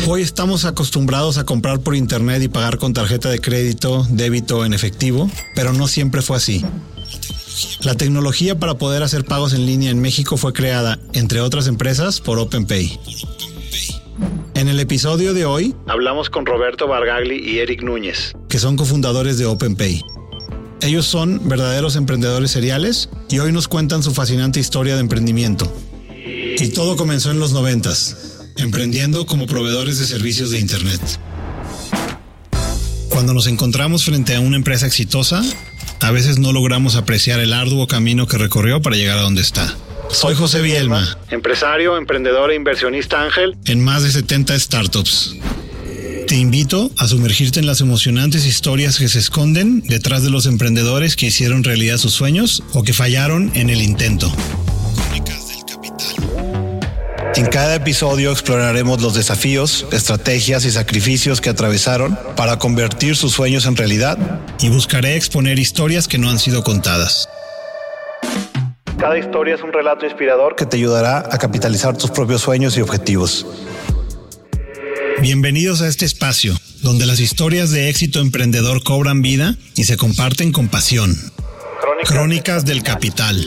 Hoy estamos acostumbrados a comprar por internet y pagar con tarjeta de crédito, débito o en efectivo, pero no siempre fue así. La tecnología para poder hacer pagos en línea en México fue creada, entre otras empresas, por OpenPay. En el episodio de hoy, hablamos con Roberto Bargagli y Eric Núñez, que son cofundadores de OpenPay. Ellos son verdaderos emprendedores seriales y hoy nos cuentan su fascinante historia de emprendimiento. Y todo comenzó en los 90s, emprendiendo como proveedores de servicios de internet. Cuando nos encontramos frente a una empresa exitosa, a veces no logramos apreciar el arduo camino que recorrió para llegar a donde está. Soy José Vielma, empresario, emprendedor e inversionista ángel en más de 70 startups. Te invito a sumergirte en las emocionantes historias que se esconden detrás de los emprendedores que hicieron realidad sus sueños o que fallaron en el intento. En cada episodio exploraremos los desafíos, estrategias y sacrificios que atravesaron para convertir sus sueños en realidad, y buscaré exponer historias que no han sido contadas. Cada historia es un relato inspirador que te ayudará a capitalizar tus propios sueños y objetivos. Bienvenidos a este espacio, donde las historias de éxito emprendedor cobran vida y se comparten con pasión. Crónicas del Capital.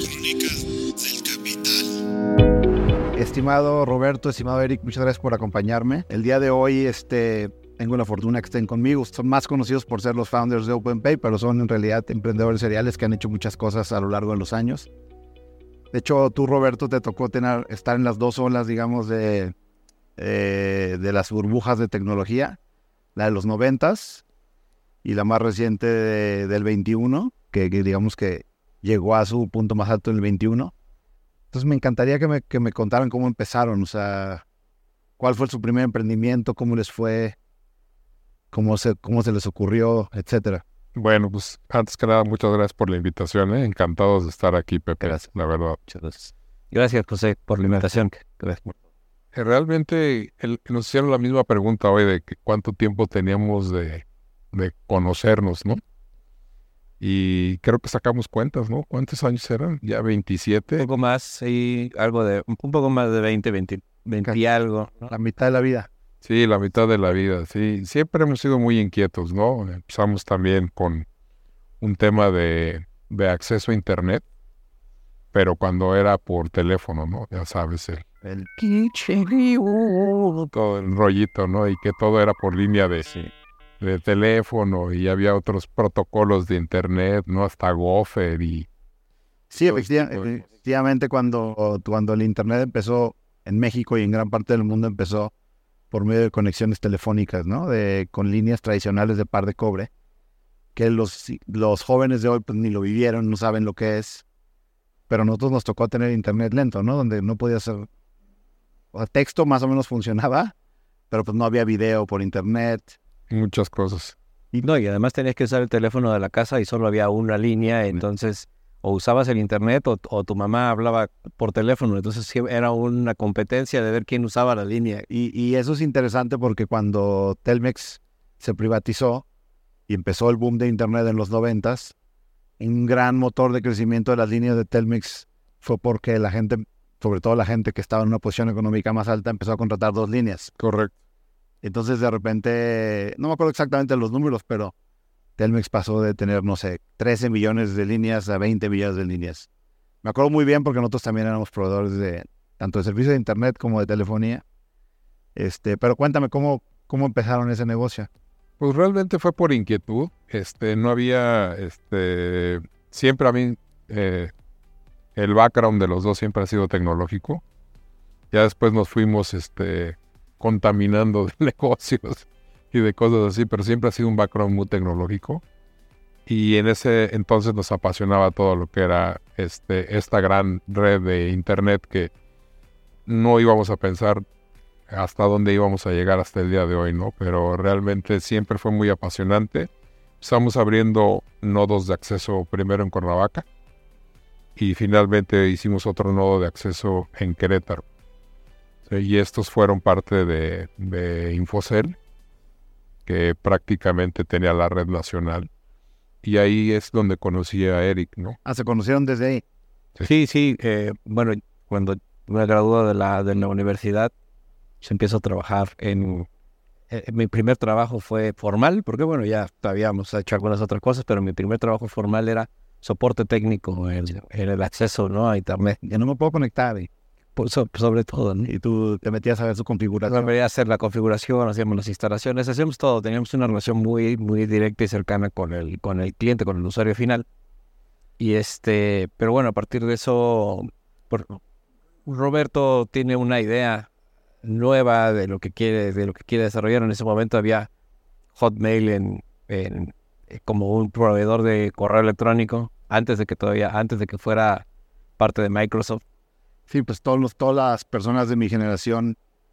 Estimado Roberto, estimado Eric, muchas gracias por acompañarme. El día de hoy tengo la fortuna que estén conmigo. Son más conocidos por ser los founders de OpenPay, pero son en realidad emprendedores seriales que han hecho muchas cosas a lo largo de los años. De hecho, tú, Roberto, te tocó estar en las dos olas, digamos, de las burbujas de tecnología, la de los 90s y la más reciente del 21, que digamos que llegó a su punto más alto en el 21. Entonces me encantaría que me contaran cómo empezaron, o sea, cuál fue su primer emprendimiento, cómo les fue, cómo se les ocurrió, etcétera. Bueno, pues antes que nada, muchas gracias por la invitación, ¿eh? Encantados de estar aquí, Pepe. Gracias. La verdad. Muchas gracias. Gracias, José, por la invitación. Gracias. Realmente nos hicieron la misma pregunta hoy de que cuánto tiempo teníamos de conocernos, ¿no? Y creo que sacamos cuentas, ¿no? ¿Cuántos años eran? Ya 27. Un poco más, sí, un poco más de 20 y algo, ¿no? La mitad de la vida. Sí, la mitad de la vida, sí. Siempre hemos sido muy inquietos, ¿no? Empezamos también con un tema de acceso a internet, pero cuando era por teléfono, ¿no? Ya sabes, todo el rollito, ¿no? Y que todo era por línea de teléfono, y había otros protocolos de internet, ¿no? Hasta Gopher y... Sí, efectivamente cuando el internet empezó en México y en gran parte del mundo empezó por medio de conexiones telefónicas, ¿no? Con líneas tradicionales de par de cobre, que los jóvenes de hoy pues ni lo vivieron, no saben lo que es, pero a nosotros nos tocó tener internet lento, ¿no? Donde no podía ser... O sea, texto más o menos funcionaba, pero pues no había video por internet. Muchas cosas. Y además tenías que usar el teléfono de la casa y solo había una línea, entonces o usabas el internet o tu mamá hablaba por teléfono, entonces sí, era una competencia de ver quién usaba la línea. Y eso es interesante porque cuando Telmex se privatizó y empezó el boom de internet en los 90s, un gran motor de crecimiento de las líneas de Telmex fue porque la gente, sobre todo la gente que estaba en una posición económica más alta, empezó a contratar dos líneas. Correcto. Entonces de repente, no me acuerdo exactamente los números, pero Telmex pasó de tener, 13 millones de líneas a 20 millones de líneas. Me acuerdo muy bien porque nosotros también éramos proveedores de tanto de servicios de internet como de telefonía. Pero cuéntame, ¿cómo empezaron ese negocio? Pues realmente fue por inquietud. No había, siempre a mí, el background de los dos siempre ha sido tecnológico. Ya después nos fuimos, contaminando de negocios y de cosas así, pero siempre ha sido un background muy tecnológico, y en ese entonces nos apasionaba todo lo que era esta gran red de internet que no íbamos a pensar hasta dónde íbamos a llegar hasta el día de hoy, ¿no? Pero realmente siempre fue muy apasionante. Estamos abriendo nodos de acceso primero en Cuernavaca y finalmente hicimos otro nodo de acceso en Querétaro. Y estos fueron parte de Infocel, que prácticamente tenía la red nacional. Y ahí es donde conocí a Eric, ¿no? Ah, ¿se conocieron desde ahí? Sí. Bueno, cuando me gradué de la universidad, se empiezo a trabajar en mi primer trabajo fue formal, porque bueno, ya habíamos hecho algunas otras cosas, pero mi primer trabajo formal era soporte técnico en el acceso, ¿no?, a Internet. Ya no me puedo conectar. Sobre todo, ¿no? Y tú te metías a ver su configuración. Debería hacer la configuración, hacíamos las instalaciones, hacíamos todo. Teníamos una relación muy, muy directa y cercana con el cliente, con el usuario final. Y pero bueno, a partir de eso, Roberto tiene una idea nueva de lo que quiere desarrollar. En ese momento había Hotmail como un proveedor de correo electrónico, antes de que fuera parte de Microsoft. Sí, pues todas las personas de mi generación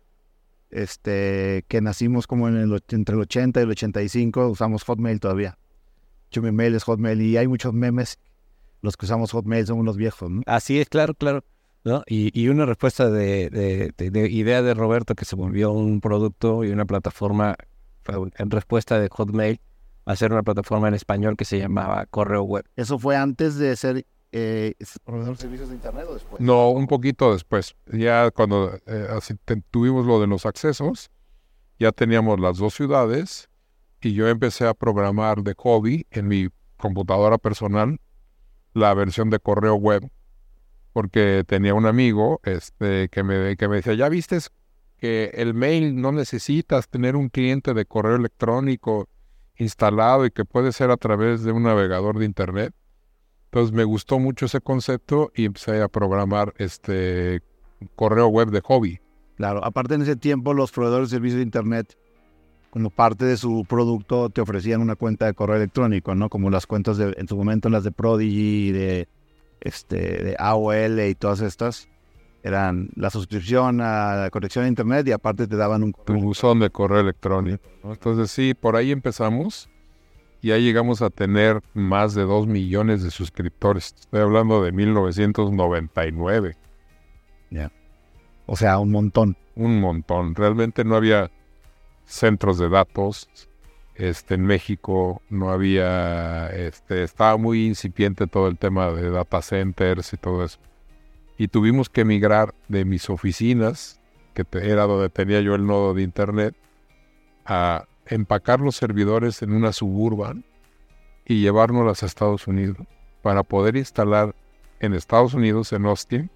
que nacimos como entre el 80 y el 85 usamos Hotmail todavía. Mi mail es Hotmail y hay muchos memes. Los que usamos Hotmail somos los viejos, ¿no? Así es, claro, ¿no? Y una respuesta de idea de Roberto, que se volvió un producto y una plataforma en respuesta de Hotmail, a hacer una plataforma en español que se llamaba Correo Web. ¿Eso fue antes de ser proveedor de servicios de Internet o después? No, un poquito después. Ya cuando tuvimos lo de los accesos, ya teníamos las 2 ciudades y yo empecé a programar de hobby en mi computadora personal la versión de correo web, porque tenía un amigo que me decía, ¿ya viste que el mail no necesitas tener un cliente de correo electrónico instalado y que puede ser a través de un navegador de Internet? Entonces me gustó mucho ese concepto y empecé a programar correo web de hobby. Claro, aparte en ese tiempo los proveedores de servicios de Internet, como parte de su producto, te ofrecían una cuenta de correo electrónico, ¿no? Como las cuentas en su momento las de Prodigy, de AOL y todas estas. Eran la suscripción a la conexión a Internet y aparte te daban un buzón de correo electrónico, ¿no? Entonces sí, por ahí empezamos. Y ya llegamos a tener más de 2 millones de suscriptores. Estoy hablando de 1999. Ya. O sea, un montón. Un montón. Realmente no había centros de datos. En México no había... estaba muy incipiente todo el tema de data centers y todo eso. Y tuvimos que migrar de mis oficinas, que era donde tenía yo el nodo de Internet, a empacar los servidores en una suburban y llevárnoslas a Estados Unidos para poder instalar en Estados Unidos, en Austin,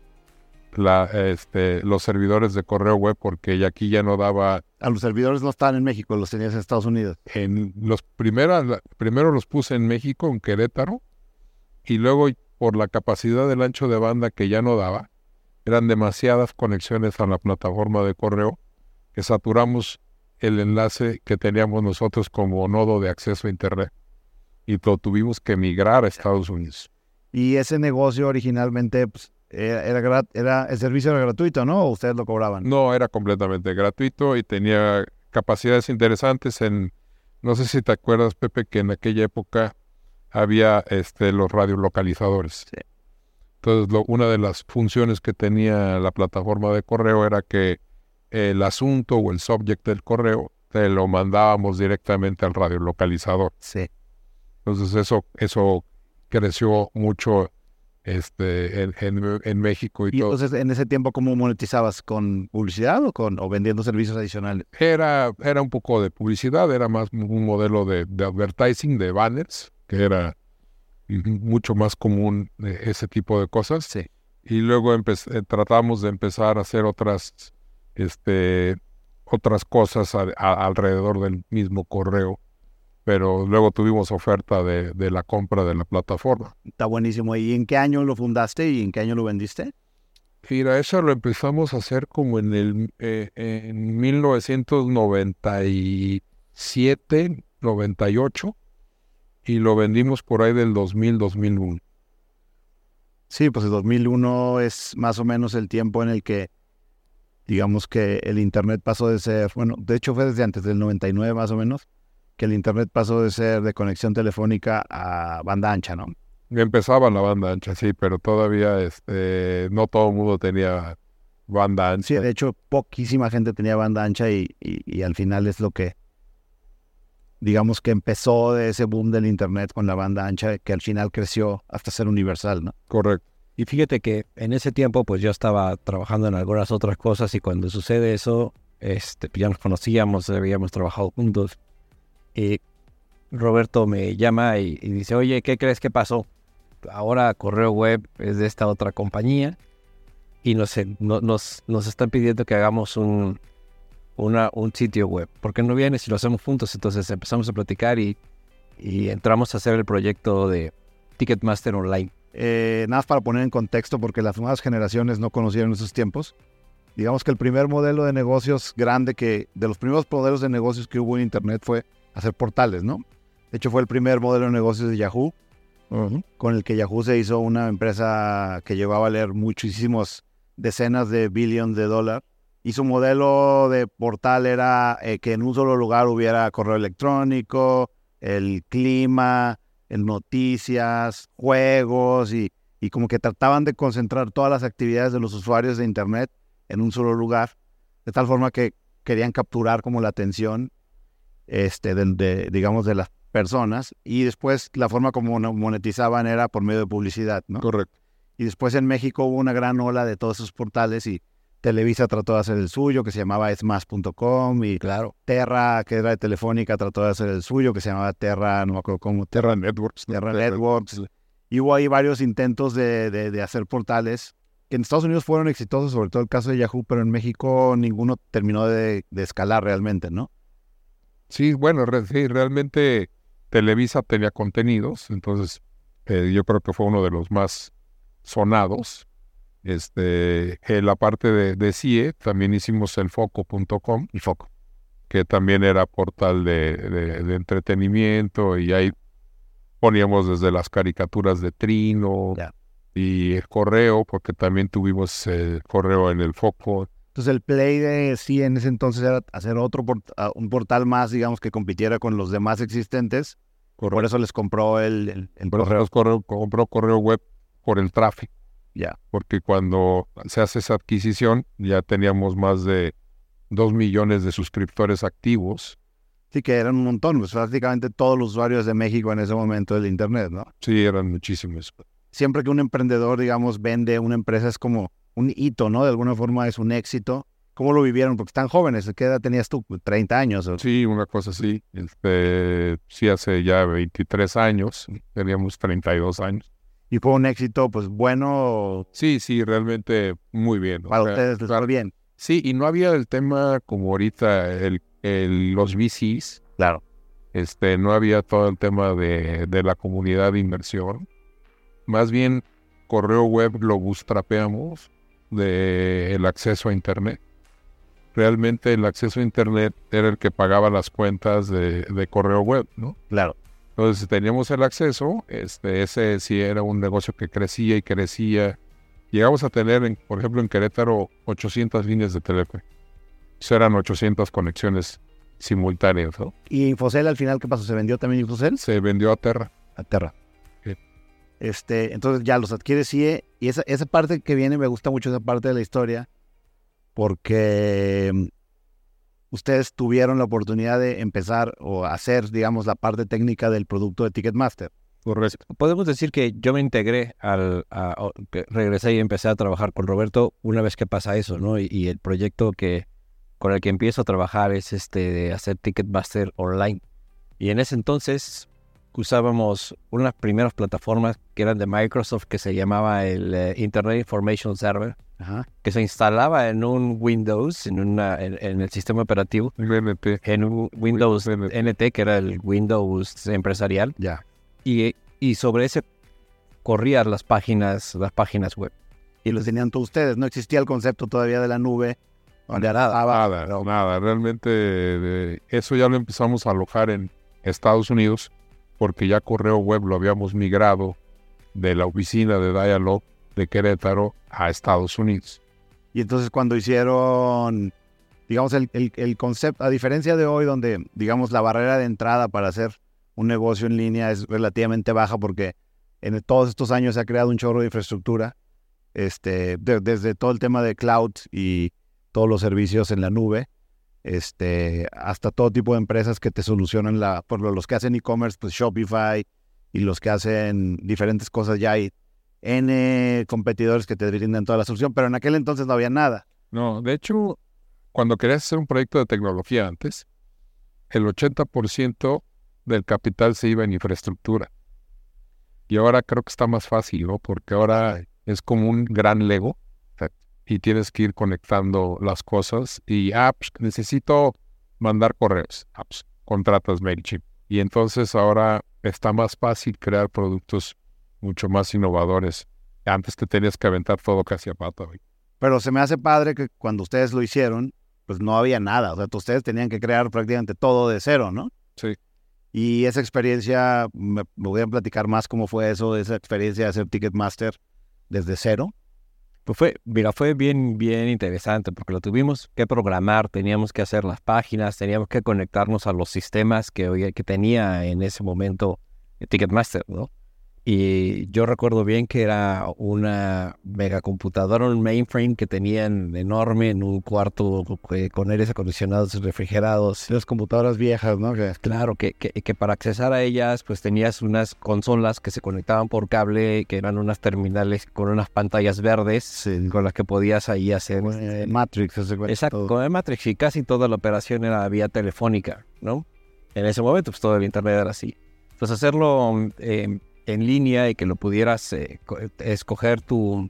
los servidores de correo web, porque aquí ya no daba... A los servidores no estaban en México, los tenías en Estados Unidos. Primero los puse en México, en Querétaro, y luego por la capacidad del ancho de banda que ya no daba, eran demasiadas conexiones a la plataforma de correo que saturamos el enlace que teníamos nosotros como nodo de acceso a Internet y lo tuvimos que migrar a Estados Unidos. Y ese negocio originalmente pues, el servicio era gratuito, ¿no? ¿O ustedes lo cobraban? No, era completamente gratuito y tenía capacidades interesantes no sé si te acuerdas, Pepe, que en aquella época había los radiolocalizadores. Sí. Entonces, una de las funciones que tenía la plataforma de correo era que el asunto o el subject del correo te lo mandábamos directamente al radiolocalizador. Sí. Entonces eso creció mucho en México y todo. Entonces, en ese tiempo, ¿cómo monetizabas? ¿Con publicidad o vendiendo servicios adicionales? Era un poco de publicidad, era más un modelo de advertising, de banners, que era mucho más común ese tipo de cosas. Sí. Y luego tratamos de empezar a hacer otras cosas alrededor del mismo correo, pero luego tuvimos oferta de la compra de la plataforma. Está buenísimo. ¿Y en qué año lo fundaste y en qué año lo vendiste? Mira, eso lo empezamos a hacer como en 1997, 98, y lo vendimos por ahí del 2001. Sí, pues el 2001 es más o menos el tiempo en el que, digamos que el Internet pasó de ser, bueno, de hecho fue desde antes del 99 más o menos, que el Internet pasó de ser de conexión telefónica a banda ancha, ¿no? Empezaba la banda ancha, sí, pero todavía no todo el mundo tenía banda ancha. Sí, de hecho, poquísima gente tenía banda ancha y al final es lo que, digamos que empezó de ese boom del Internet con la banda ancha, que al final creció hasta ser universal, ¿no? Correcto. Y fíjate que en ese tiempo pues yo estaba trabajando en algunas otras cosas y cuando sucede eso, ya nos conocíamos, habíamos trabajado juntos. Y Roberto me llama y dice, oye, ¿qué crees que pasó? Ahora Correo Web es de esta otra compañía y nos están pidiendo que hagamos un sitio web. ¿Por qué no vienes y lo hacemos juntos? Entonces empezamos a platicar y entramos a hacer el proyecto de Ticketmaster Online. Nada más para poner en contexto, porque las nuevas generaciones no conocieron esos tiempos. Digamos que el primer modelo de negocios grande de los primeros modelos de negocios que hubo en Internet fue hacer portales, ¿no? De hecho, fue el primer modelo de negocios de Yahoo, con el que Yahoo se hizo una empresa que llevaba a leer muchísimos decenas de billones de dólares. Y su modelo de portal era que en un solo lugar hubiera correo electrónico, el clima, noticias, juegos y como que trataban de concentrar todas las actividades de los usuarios de Internet en un solo lugar, de tal forma que querían capturar como la atención digamos, de las personas, y después la forma como monetizaban era por medio de publicidad, ¿no? Correcto. Y después en México hubo una gran ola de todos esos portales y Televisa trató de hacer el suyo, que se llamaba esmas.com, y Claro. Terra, que era de Telefónica, trató de hacer el suyo, que se llamaba Terra, no me acuerdo cómo, Terra Networks. Terra Networks. Y hubo ahí varios intentos de hacer portales que en Estados Unidos fueron exitosos, sobre todo el caso de Yahoo, pero en México ninguno terminó de escalar realmente, ¿no? Sí, bueno, sí, realmente Televisa tenía contenidos, entonces yo creo que fue uno de los más sonados. En la parte de CIE también hicimos el foco.com, Y Foco. que también era portal de entretenimiento, y ahí poníamos desde las caricaturas de Trino y el correo, porque también tuvimos el correo en el foco. Entonces el play de CIE en ese entonces era hacer un portal más, digamos, que compitiera con los demás existentes. Por eso les compró el Por eso compró Correo Web por el tráfico. Ya. Porque cuando se hace esa adquisición ya teníamos más de 2 millones de suscriptores activos. Sí, que eran un montón, pues prácticamente todos los usuarios de México en ese momento del Internet, ¿no? Sí, eran muchísimos. Siempre que un emprendedor, digamos, vende una empresa es como un hito, ¿no? De alguna forma es un éxito. ¿Cómo lo vivieron? Porque están jóvenes. ¿Qué edad tenías tú? 30 años. ¿O? Sí, una cosa así. Sí, hace ya 23 años, teníamos 32 años. Y fue un éxito, pues, bueno. Sí, realmente muy bien. Para ustedes les fue bien. Sí, y no había el tema como ahorita, los VCs. Claro. No había todo el tema de la comunidad de inversión. Más bien, Correo Web lo bootstrapeamos del acceso a Internet. Realmente el acceso a Internet era el que pagaba las cuentas de Correo Web, ¿no? Claro. Entonces teníamos el acceso, ese sí era un negocio que crecía y crecía. Llegamos a tener, por ejemplo, en Querétaro, 800 líneas de teléfono. Eso eran 800 conexiones simultáneas, ¿no? ¿Y Infocel al final qué pasó? ¿Se vendió también Infocel? Se vendió a Terra. A Terra. Sí. Entonces ya los adquiere CIE, y esa parte que viene, me gusta mucho esa parte de la historia, porque ustedes tuvieron la oportunidad de empezar o hacer, digamos, la parte técnica del producto de Ticketmaster. Correcto. Podemos decir que yo me integré que regresé y empecé a trabajar con Roberto una vez que pasa eso, ¿no? Y el proyecto con el que empiezo a trabajar es de hacer Ticketmaster Online. Y en ese entonces usábamos unas primeras plataformas que eran de Microsoft, que se llamaba el Internet Information Server. Ajá. Que se instalaba en un Windows, en el sistema operativo, NT. en un Windows NT, que era el Windows empresarial, Ya. y sobre ese corrían las páginas web. Y lo tenían todos ustedes. No existía el concepto todavía de la nube. Nada. Realmente eso ya lo empezamos a alojar en Estados Unidos, porque ya Correo Web lo habíamos migrado de la oficina de Dialog de Querétaro a Estados Unidos. Y entonces cuando hicieron, digamos, el concepto, a diferencia de hoy, donde, digamos, la barrera de entrada para hacer un negocio en línea es relativamente baja, porque en todos estos años se ha creado un chorro de infraestructura, desde todo el tema de cloud y todos los servicios en la nube, hasta todo tipo de empresas que te solucionan por los que hacen e-commerce, pues Shopify, y los que hacen diferentes cosas. Ya hay N competidores que te brindan toda la solución, pero en aquel entonces no había nada. No, de hecho, cuando querías hacer un proyecto de tecnología antes, el 80% del capital se iba en infraestructura. Y ahora creo que está más fácil, ¿no? Porque ahora es como un gran Lego y tienes que ir conectando las cosas. Y, pues, necesito mandar correos. Pues, contratas MailChimp. Y entonces ahora está más fácil crear productos mucho más innovadores. Antes te tenías que aventar todo casi a pata, güey. Pero se me hace padre que cuando ustedes lo hicieron, pues no había nada. O sea, ustedes tenían que crear prácticamente todo de cero, ¿no? Sí. Y esa experiencia, me voy a platicar más cómo fue eso, esa experiencia de hacer Ticketmaster desde cero. Pues fue bien interesante porque lo tuvimos que programar, teníamos que hacer las páginas, teníamos que conectarnos a los sistemas que tenía en ese momento Ticketmaster, ¿no? Y yo recuerdo bien que era una megacomputadora, un mainframe que tenían enorme en un cuarto con aires acondicionados y refrigerados. Las computadoras viejas, ¿no? Claro, que para accesar a ellas, pues tenías unas consolas que se conectaban por cable, que eran unas terminales con unas pantallas verdes, Sí. con las que podías ahí hacer... Matrix, Exacto, con el Matrix, y casi toda la operación era vía telefónica, ¿no? En ese momento, pues todo el internet era así. Pues hacerlo en línea y que lo pudieras escoger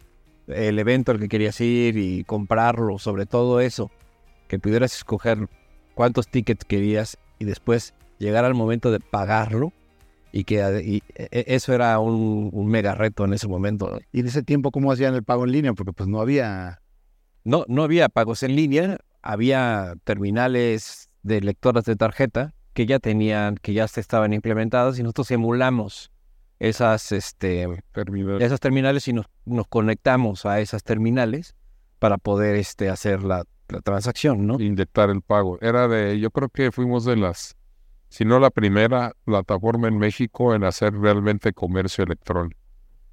el evento al que querías ir y comprarlo, sobre todo eso, que pudieras escoger cuántos tickets querías y después llegar al momento de pagarlo y eso era un mega reto en ese momento. ¿Y en ese tiempo cómo hacían el pago en línea? Porque pues no había... No había pagos en línea, había terminales de lectoras de tarjeta que ya se estaban implementadas y nosotros emulamos esas terminales y nos conectamos a esas terminales para poder hacer la transacción, ¿no? Inyectar el pago. Yo creo que fuimos de si no la primera plataforma en México en hacer realmente comercio electrónico.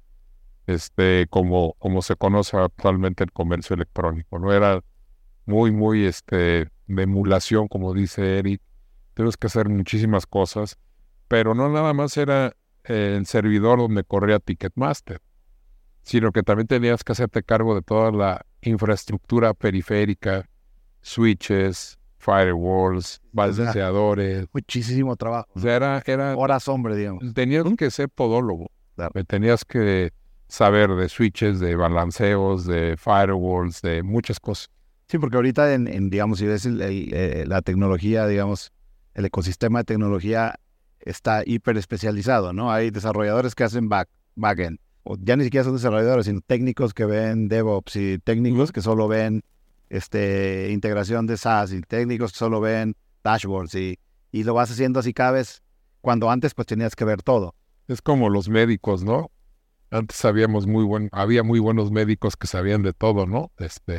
Como se conoce actualmente el comercio electrónico, ¿no? Era muy, muy de emulación, como dice Eric. Tienes que hacer muchísimas cosas, pero no nada más era el servidor donde corría Ticketmaster, sino que también tenías que hacerte cargo de toda la infraestructura periférica, switches, firewalls, balanceadores. Muchísimo trabajo. O sea, era horas hombre, digamos. Tenías que ser podólogo. Claro. Tenías que saber de switches, de balanceos, de firewalls, de muchas cosas. Sí, porque ahorita digamos, si ves la tecnología, digamos, el ecosistema de tecnología está hiper especializado, ¿no? Hay desarrolladores que hacen backend, o ya ni siquiera son desarrolladores, sino técnicos que ven DevOps y técnicos que solo ven integración de SaaS y técnicos que solo ven dashboards y lo vas haciendo así cada vez, cuando antes pues tenías que ver todo. Es como los médicos, ¿no? Antes había muy buenos médicos que sabían de todo, ¿no?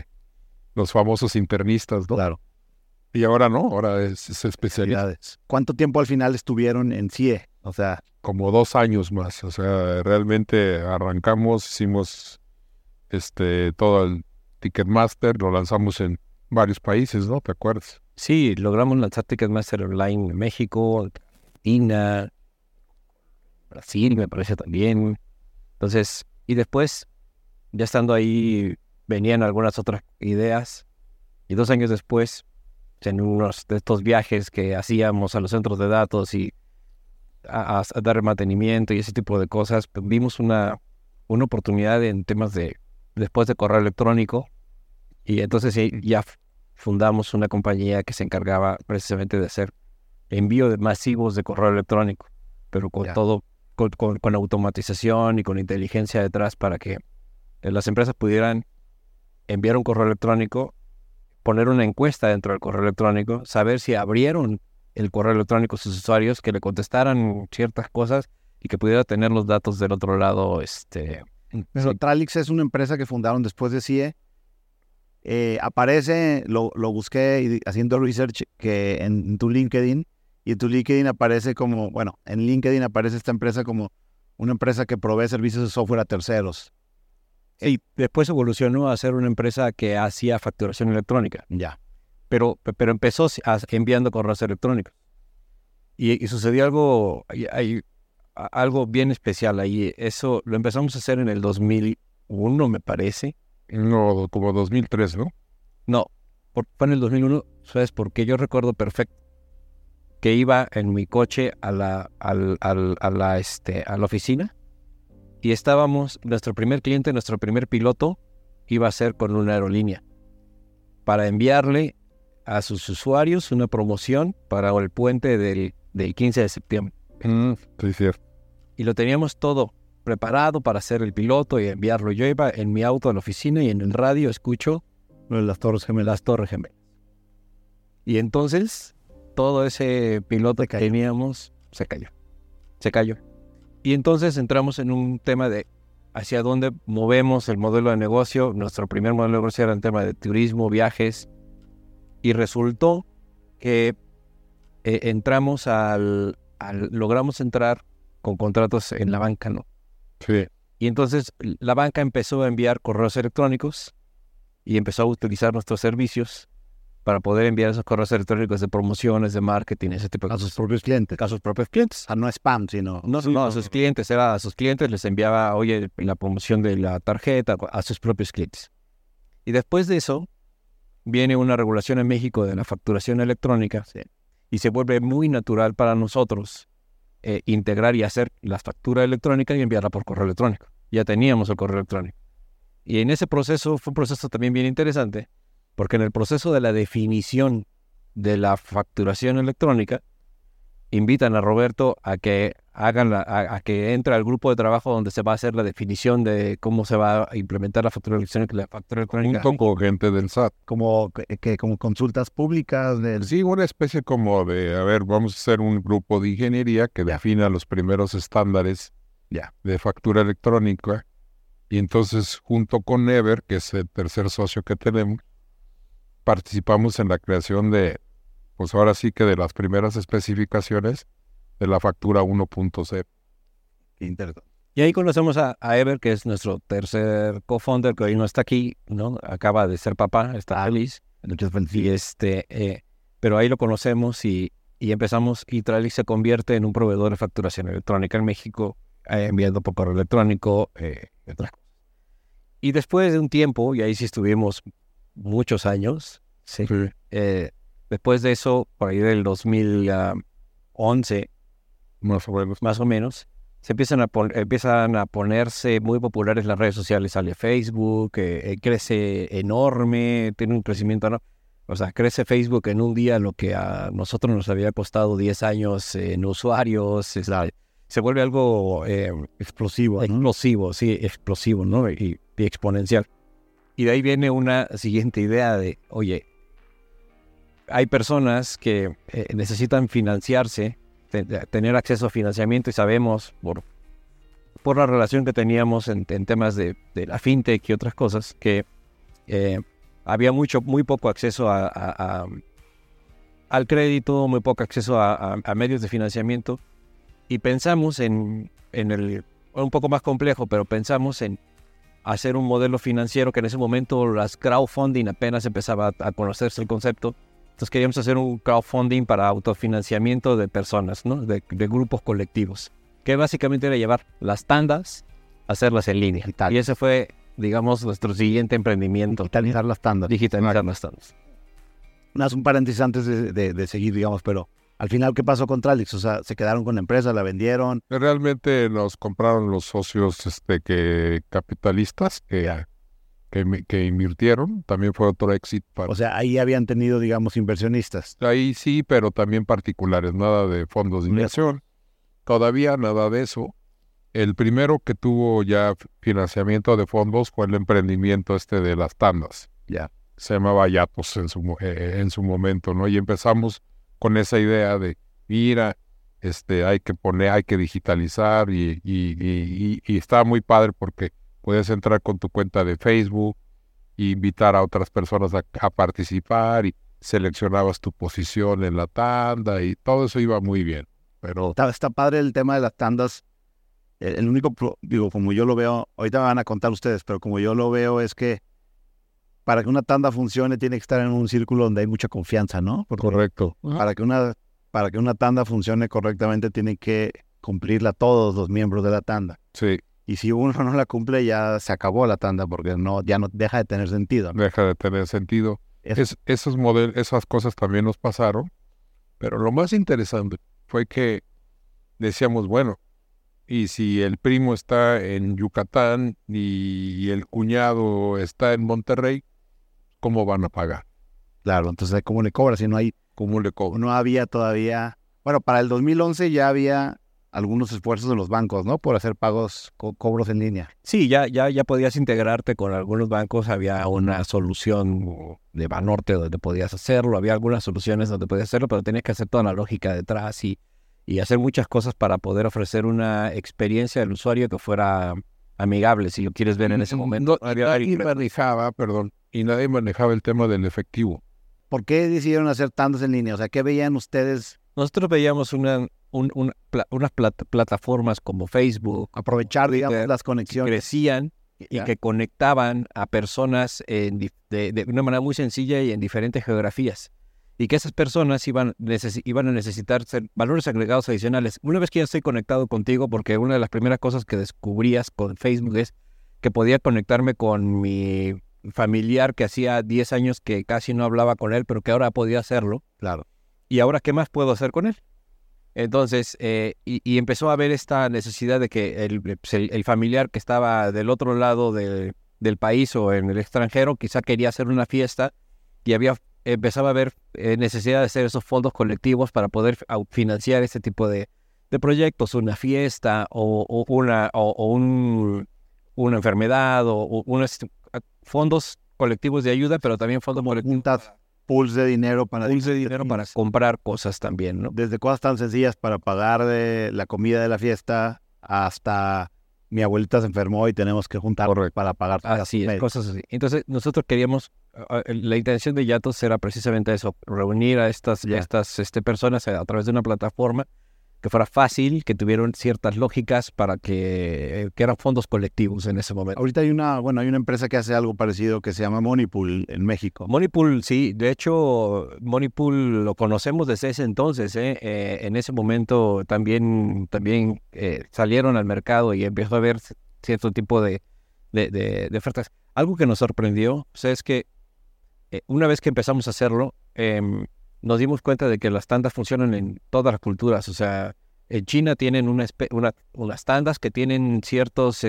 Los famosos internistas, ¿no? Claro. Y ahora no, ahora es especialidad. ¿Cuánto tiempo al final estuvieron en CIE? O sea... Como 2 años más. O sea, realmente arrancamos, hicimos todo el Ticketmaster, lo lanzamos en varios países, ¿no? ¿Te acuerdas? Sí, logramos lanzar Ticketmaster online en México, Argentina, Brasil, me parece también. Entonces, y después, ya estando ahí, venían algunas otras ideas. Y 2 años después, en unos de estos viajes que hacíamos a los centros de datos y a dar mantenimiento y ese tipo de cosas, pues vimos una oportunidad en temas después de correo electrónico, y entonces ya fundamos una compañía que se encargaba precisamente de hacer envío masivos de correo electrónico, pero con todo, con automatización y con inteligencia detrás para que las empresas pudieran enviar un correo electrónico, poner una encuesta dentro del correo electrónico, saber si abrieron el correo electrónico a sus usuarios, que le contestaran ciertas cosas y que pudiera tener los datos del otro lado. Pero Tralix es una empresa que fundaron después de CIE. Aparece, lo busqué haciendo research que en tu LinkedIn, y en tu LinkedIn aparece en LinkedIn aparece esta empresa como una empresa que provee servicios de software a terceros. Y después evolucionó a ser una empresa que hacía facturación electrónica. Ya. Pero empezó enviando correos electrónicos. Y sucedió algo bien especial ahí. Eso lo empezamos a hacer en el 2001, me parece. No, como 2003, ¿no? No, fue en el 2001, ¿sabes? Porque yo recuerdo perfecto que iba en mi coche a la oficina y estábamos, nuestro primer cliente, nuestro primer piloto iba a ser con una aerolínea para enviarle a sus usuarios una promoción para el puente del 15 de septiembre. Sí, cierto. Y lo teníamos todo preparado para hacer el piloto y enviarlo. Yo iba en mi auto a la oficina y en el radio escucho Las Torres Gemelas. Y entonces todo ese piloto que teníamos se cayó. Y entonces entramos en un tema de hacia dónde movemos el modelo de negocio. Nuestro primer modelo de negocio era el tema de turismo, viajes. Y resultó que logramos entrar con contratos en la banca, ¿no? Sí. Y entonces la banca empezó a enviar correos electrónicos y empezó a utilizar nuestros servicios para poder enviar esos correos electrónicos de promociones, de marketing, ese tipo de cosas. A sus propios clientes. A sus propios clientes. O sea, no spam, sino... No, a sus clientes. A sus clientes les enviaba, oye, la promoción de la tarjeta a sus propios clientes. Y después de eso, viene una regulación en México de la facturación electrónica, ¿sí? Y se vuelve muy natural para nosotros integrar y hacer la factura electrónica y enviarla por correo electrónico. Ya teníamos el correo electrónico. Y en ese proceso fue un proceso también bien interesante, porque en el proceso de la definición de la facturación electrónica, invitan a Roberto a que a que entre al grupo de trabajo donde se va a hacer la definición de cómo se va a implementar la factura electrónica. Junto con gente del SAT. Como consultas públicas. Sí, una especie como de, a ver, vamos a hacer un grupo de ingeniería que defina los primeros estándares de factura electrónica. Y entonces, junto con Ever, que es el tercer socio que tenemos, participamos en la creación de, pues ahora sí que de las primeras especificaciones de la factura 1.0. Interesante. Y ahí conocemos a Ever, que es nuestro tercer co-founder, que hoy no está aquí, ¿no? Acaba de ser papá, está feliz. Y pero ahí lo conocemos y empezamos, y Tralix se convierte en un proveedor de facturación electrónica en México, enviando por correo electrónico, otras cosas. Y después de un tiempo, y ahí sí estuvimos muchos años, ¿sí? Después de eso, por ahí del 2011, más o menos, se empiezan a ponerse muy populares las redes sociales. Sale Facebook, crece enorme, tiene un crecimiento enorme. O sea, crece Facebook en un día lo que a nosotros nos había costado 10 años en usuarios. Se vuelve algo explosivo, ¿no? Explosivo, ¿no? Y exponencial. Y de ahí viene una siguiente idea de, oye, hay personas que necesitan financiarse, tener acceso a financiamiento, y sabemos por la relación que teníamos en temas de la fintech y otras cosas, que había muy poco acceso al crédito, muy poco acceso a medios de financiamiento, y pensamos un poco más complejo, pero pensamos en hacer un modelo financiero que en ese momento las crowdfunding apenas empezaba a conocerse el concepto. Entonces queríamos hacer un crowdfunding para autofinanciamiento de personas, ¿no? De grupos colectivos, que básicamente era llevar las tandas, hacerlas en línea. Y ese fue, digamos, nuestro siguiente emprendimiento. Digitalizar las tandas. Un paréntesis antes de seguir, digamos, pero al final, ¿qué pasó con Tralix? O sea, ¿se quedaron con la empresa, la vendieron? Realmente nos compraron los socios capitalistas que invirtieron. También fue otro éxito. O sea, ahí habían tenido, digamos, inversionistas. Ahí sí, pero también particulares, nada de fondos de inversión. Todavía nada de eso. El primero que tuvo ya financiamiento de fondos fue el emprendimiento de las tandas. Se llamaba Yatos en su momento, ¿no? Y empezamos con esa idea de, mira, hay que digitalizar y está muy padre porque puedes entrar con tu cuenta de Facebook e invitar a otras personas a participar, y seleccionabas tu posición en la tanda y todo eso iba muy bien. Pero está padre el tema de las tandas. El único, como yo lo veo, ahorita me van a contar ustedes, pero como yo lo veo es que para que una tanda funcione tiene que estar en un círculo donde hay mucha confianza, ¿no? Correcto. Para que una tanda funcione correctamente tienen que cumplirla todos los miembros de la tanda. Sí. Y si uno no la cumple, ya se acabó la tanda porque ya no deja de tener sentido, ¿no? Deja de tener sentido. Esas cosas también nos pasaron, pero lo más interesante fue que decíamos, bueno, y si el primo está en Yucatán y el cuñado está en Monterrey, ¿cómo van a pagar? Claro, entonces, ¿cómo le cobra? Si no hay, ¿Cómo le cobran? no había todavía... Bueno, para el 2011 ya había algunos esfuerzos de los bancos, ¿no? Por hacer pagos, cobros en línea. Sí, ya podías integrarte con algunos bancos, había una solución de Banorte donde podías hacerlo, había algunas soluciones donde podías hacerlo, pero tenías que hacer toda la lógica detrás y hacer muchas cosas para poder ofrecer una experiencia del usuario que fuera amigable, si lo quieres ver en ese momento. Y nadie manejaba el tema del efectivo. ¿Por qué decidieron hacer tantos en línea? O sea, ¿qué veían ustedes? Nosotros veíamos unas plataformas como Facebook, Aprovechar, digamos, Twitter, las que conexiones. crecían y Ya. que conectaban a personas de una manera muy sencilla y en diferentes geografías. Y que esas personas iban a necesitar valores agregados adicionales. Una vez que ya estoy conectado contigo, porque una de las primeras cosas que descubrías con Facebook es que podía conectarme con mi familiar que hacía 10 años que casi no hablaba con él, pero que ahora podía hacerlo. Claro. ¿Y ahora qué más puedo hacer con él? Entonces, y empezó a haber esta necesidad de que el familiar que estaba del otro lado del país o en el extranjero quizá quería hacer una fiesta y empezaba a haber necesidad de hacer esos fondos colectivos para poder financiar este tipo de proyectos, una fiesta o una enfermedad o unos fondos colectivos de ayuda, pero también fondos colectivos Juntas pools de dinero para comprar cosas también, ¿no? desde cosas tan sencillas para pagar de la comida de la fiesta hasta mi abuelita se enfermó y tenemos que juntar para pagar. Así es, cosas así. Entonces nosotros queríamos, la intención de Yatos era precisamente eso, reunir a estas personas a través de una plataforma que fuera fácil, que tuvieran ciertas lógicas para que eran fondos colectivos en ese momento. Ahorita hay una empresa que hace algo parecido que se llama Moneypool en México. Moneypool, sí. De hecho, Moneypool lo conocemos desde ese entonces. En ese momento también salieron al mercado y empezó a haber cierto tipo de ofertas. Algo que nos sorprendió, es que una vez que empezamos a hacerlo, nos dimos cuenta de que las tandas funcionan en todas las culturas. O sea, en China tienen unas tandas que tienen ciertos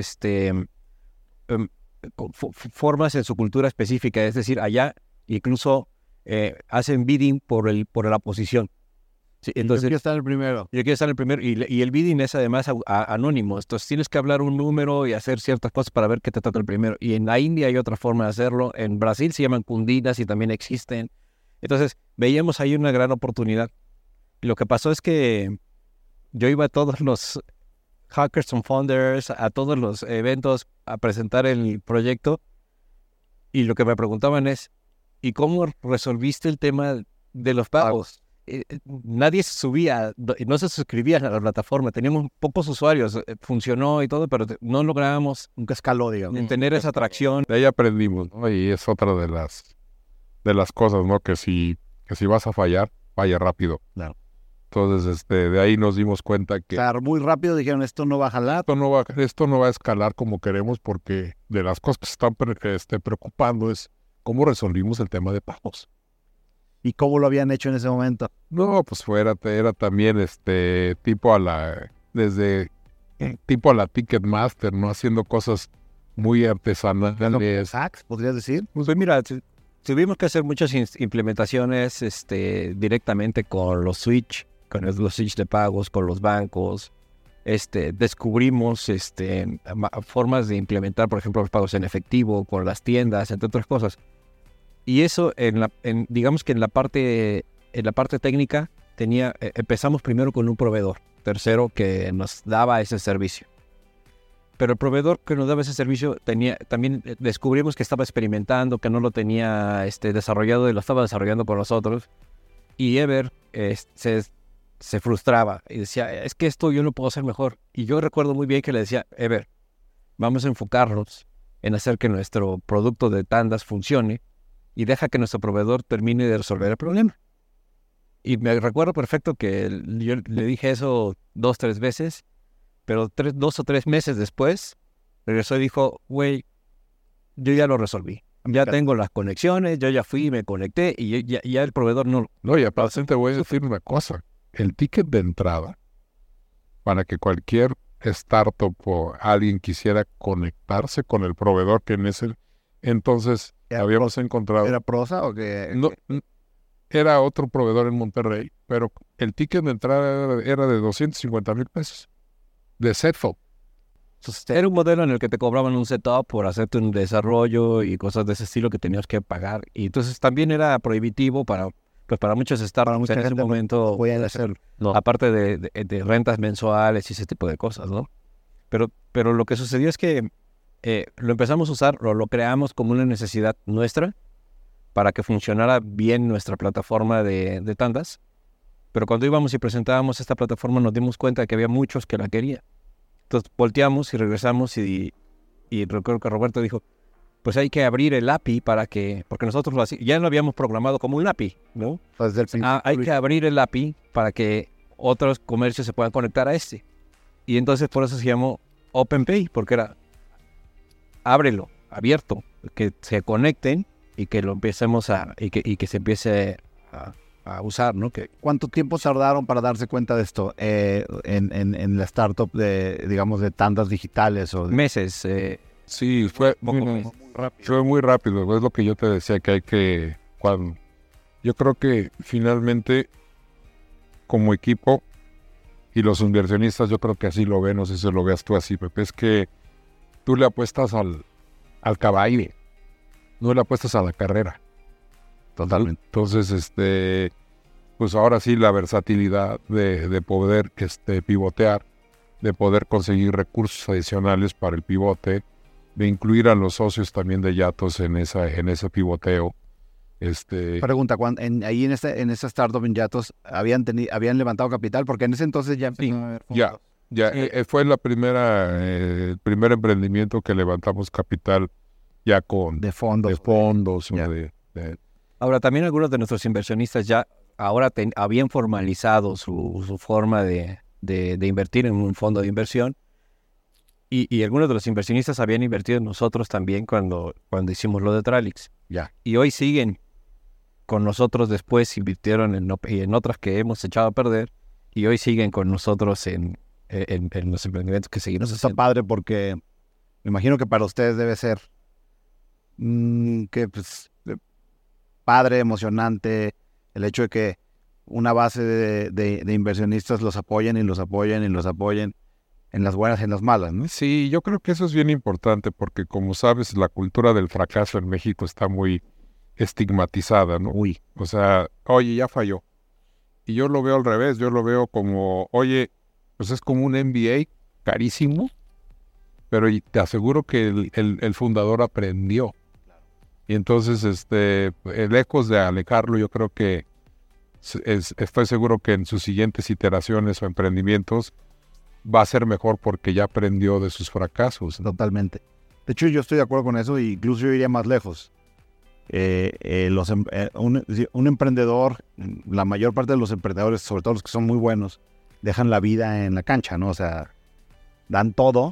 formas en su cultura específica. Es decir, allá incluso hacen bidding por la posición. Sí, entonces, yo quiero estar el primero. Yo quiero estar el primero. Y el bidding es además anónimo. Entonces tienes que hablar un número y hacer ciertas cosas para ver qué te toca el primero. Y en la India hay otra forma de hacerlo. En Brasil se llaman cundinas y también existen. Entonces, veíamos ahí una gran oportunidad. Y lo que pasó es que yo iba a todos los Hackers and Founders, a todos los eventos a presentar el proyecto, y lo que me preguntaban es, ¿y cómo resolviste el tema de los pagos? Nadie se subía, no se suscribían a la plataforma, teníamos pocos usuarios, funcionó y todo, pero no lográbamos nunca escaló, digamos, tener esa atracción. De ahí aprendimos, ¿no? Y es otra de las cosas, ¿no? Que si vas a fallar, falla rápido. Claro. Entonces, de ahí nos dimos cuenta que... O sea, muy rápido dijeron, esto no va a jalar. Esto no va a escalar como queremos, porque de las cosas que están preocupando es cómo resolvimos el tema de pagos. ¿Y cómo lo habían hecho en ese momento? No, pues era también tipo a la Ticketmaster, ¿no? Haciendo cosas muy artesanales. ¿Hacks, podrías decir? Pues mira, tuvimos que hacer muchas implementaciones directamente con los switch, con los switch de pagos, con los bancos. Descubrimos formas de implementar, por ejemplo, los pagos en efectivo con las tiendas, entre otras cosas. Y eso, digamos que en la parte técnica, empezamos primero con un proveedor tercero que nos daba ese servicio. Pero el proveedor que nos daba ese servicio también descubrimos que estaba experimentando, que no lo tenía desarrollado y lo estaba desarrollando con nosotros. Y Ever se frustraba y decía, es que esto yo lo puedo hacer mejor. Y yo recuerdo muy bien que le decía, Ever, vamos a enfocarnos en hacer que nuestro producto de tandas funcione y deja que nuestro proveedor termine de resolver el problema. Y me recuerdo perfecto que yo le dije eso 2 o 3 veces. Pero 2 o 3 meses después, regresó y dijo, güey, yo ya lo resolví. Ya tengo las conexiones, yo ya fui, me conecté y ya el proveedor no. No, y aparte te voy a decir una cosa. El ticket de entrada, para que cualquier startup o alguien quisiera conectarse con el proveedor que en ese entonces habíamos encontrado. ¿Era Prosa o qué? No, era otro proveedor en Monterrey, pero el ticket de entrada era de 250,000 pesos de setup. Era un modelo en el que te cobraban un setup por hacerte un desarrollo y cosas de ese estilo que tenías que pagar. Y entonces también era prohibitivo para muchos startups en ese momento, Pueden hacerlo. no, aparte de rentas mensuales y ese tipo de cosas, ¿no? Pero lo que sucedió es que lo empezamos a usar, lo creamos como una necesidad nuestra para que funcionara bien nuestra plataforma de tandas. Pero cuando íbamos y presentábamos esta plataforma nos dimos cuenta de que había muchos que la querían. Entonces volteamos y regresamos y recuerdo que Roberto dijo, pues hay que abrir el API porque nosotros ya lo habíamos programado como un API, ¿no? Desde el principio. Hay que abrir el API para que otros comercios se puedan conectar a este. Y entonces por eso se llamó OpenPay, porque era ábrelo, abierto, que se conecten y que lo empecemos y que se empiece a usar, ¿no? ¿Cuánto tiempo tardaron para darse cuenta de esto en la startup digamos, de tandas digitales? Meses. Sí, fue muy rápido. Es lo que yo te decía que yo creo que finalmente como equipo y los inversionistas, yo creo que así lo ven, no sé si lo veas tú así, Pepe, es que tú le apuestas al caballo, no le apuestas a la carrera. Totalmente. Entonces, pues ahora sí la versatilidad de poder pivotear, de poder conseguir recursos adicionales para el pivote, de incluir a los socios también de Yatos en ese pivoteo. Pregunta, ahí en esta startup en Yatos, ¿habían levantado capital? Porque en ese entonces ya Sí, empezaron a haber fondos. fue el primer emprendimiento que levantamos capital ya con De fondos. de fondos. Ya. Ahora, también algunos de nuestros inversionistas ya ahora habían formalizado su forma de invertir en un fondo de inversión y algunos de los inversionistas habían invertido en nosotros también cuando hicimos lo de Tralix. Ya. Y hoy siguen con nosotros después, invirtieron en otras que hemos echado a perder y hoy siguen con nosotros en los emprendimientos que seguimos Eso está haciendo. padre porque me imagino que para ustedes debe ser padre, emocionante, el hecho de que una base de inversionistas los apoyen y los apoyen y los apoyen en las buenas y en las malas, ¿no? Sí, yo creo que eso es bien importante porque, como sabes, la cultura del fracaso en México está muy estigmatizada, ¿no? O sea, oye, ya falló. Y yo lo veo al revés, yo lo veo como, oye, pues es como un MBA carísimo, pero te aseguro que el fundador aprendió. Y entonces, lejos de alejarlo, yo creo que estoy seguro que en sus siguientes iteraciones o emprendimientos va a ser mejor porque ya aprendió de sus fracasos, ¿no? Totalmente. De hecho, yo estoy de acuerdo con eso e incluso yo iría más lejos. Un emprendedor, la mayor parte de los emprendedores, sobre todo los que son muy buenos, dejan la vida en la cancha, ¿no? O sea, dan todo.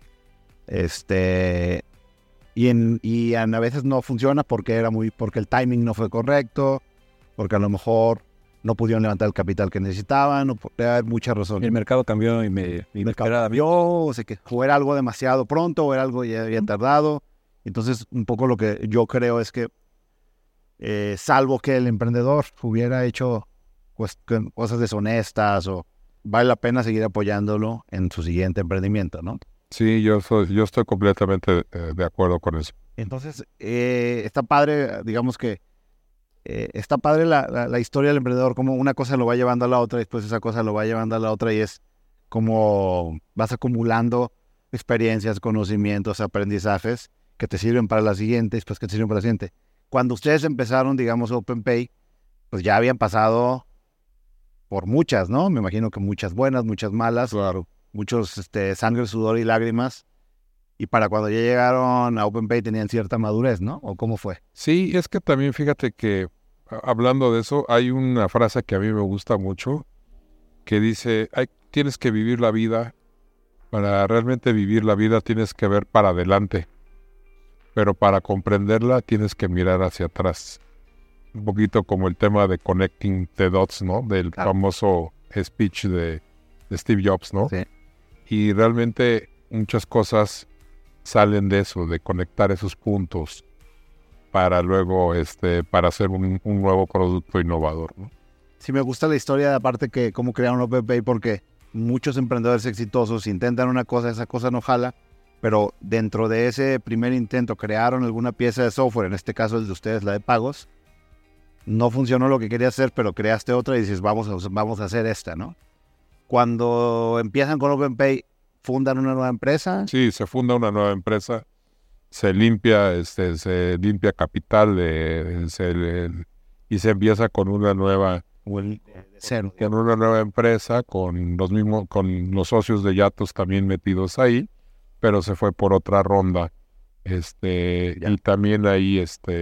Y a veces no funciona porque el timing no fue correcto, porque a lo mejor no pudieron levantar el capital que necesitaban, o hay muchas razones. El mercado cambió y El mercado cambió, o sea que o era algo demasiado pronto o era algo ya había tardado. Entonces, un poco lo que yo creo es que, salvo que el emprendedor hubiera hecho cosas deshonestas, o vale la pena seguir apoyándolo en su siguiente emprendimiento, ¿no? Sí, yo estoy completamente de acuerdo con eso. Entonces, está padre, digamos que está padre la historia del emprendedor, como una cosa lo va llevando a la otra, y después esa cosa lo va llevando a la otra, y es como vas acumulando experiencias, conocimientos, aprendizajes que te sirven para la siguiente, después que te sirven para la siguiente. Cuando ustedes empezaron, digamos, OpenPay, pues ya habían pasado por muchas, ¿no? Me imagino que muchas buenas, muchas malas, Claro. muchos sangre, sudor y lágrimas. Y para cuando ya llegaron a OpenPay tenían cierta madurez, ¿no? ¿O cómo fue? Sí, es que también fíjate que, hablando de eso, hay una frase que a mí me gusta mucho, que dice, tienes que vivir la vida, para realmente vivir la vida tienes que ver para adelante. pero para comprenderla tienes que mirar hacia atrás. Un poquito como el tema de Connecting the Dots, ¿no? Del famoso speech de Steve Jobs, ¿no? Sí. Y realmente muchas cosas salen de eso, de conectar esos puntos para luego, para hacer un nuevo producto innovador, ¿no? Sí, me gusta la historia, aparte que cómo crearon OpenPay, porque muchos emprendedores exitosos intentan una cosa, esa cosa no jala, pero dentro de ese primer intento crearon alguna pieza de software, en este caso el de ustedes, la de pagos. No funcionó lo que quería hacer, pero creaste otra y dices, vamos a hacer esta, ¿no? Cuando empiezan con OpenPay, ¿fundan una nueva empresa? Sí, se funda una nueva empresa, se limpia capital y se empieza con una nueva Cero. con una nueva empresa, con los socios de Yatos también metidos ahí, pero se fue por otra ronda. Y también ahí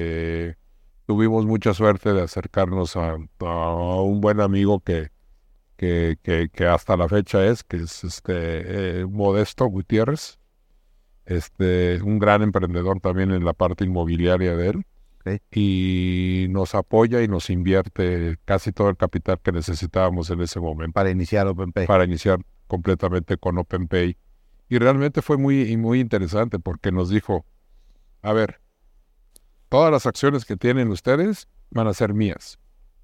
tuvimos mucha suerte de acercarnos a un buen amigo que hasta la fecha que es Modesto Gutiérrez, un gran emprendedor también en la parte inmobiliaria de él. Okay. Y nos apoya y nos invierte casi todo el capital que necesitábamos en ese momento. Para iniciar OpenPay. Para iniciar completamente con OpenPay. Y realmente fue muy, muy interesante porque nos dijo, a ver, todas las acciones que tienen ustedes van a ser mías.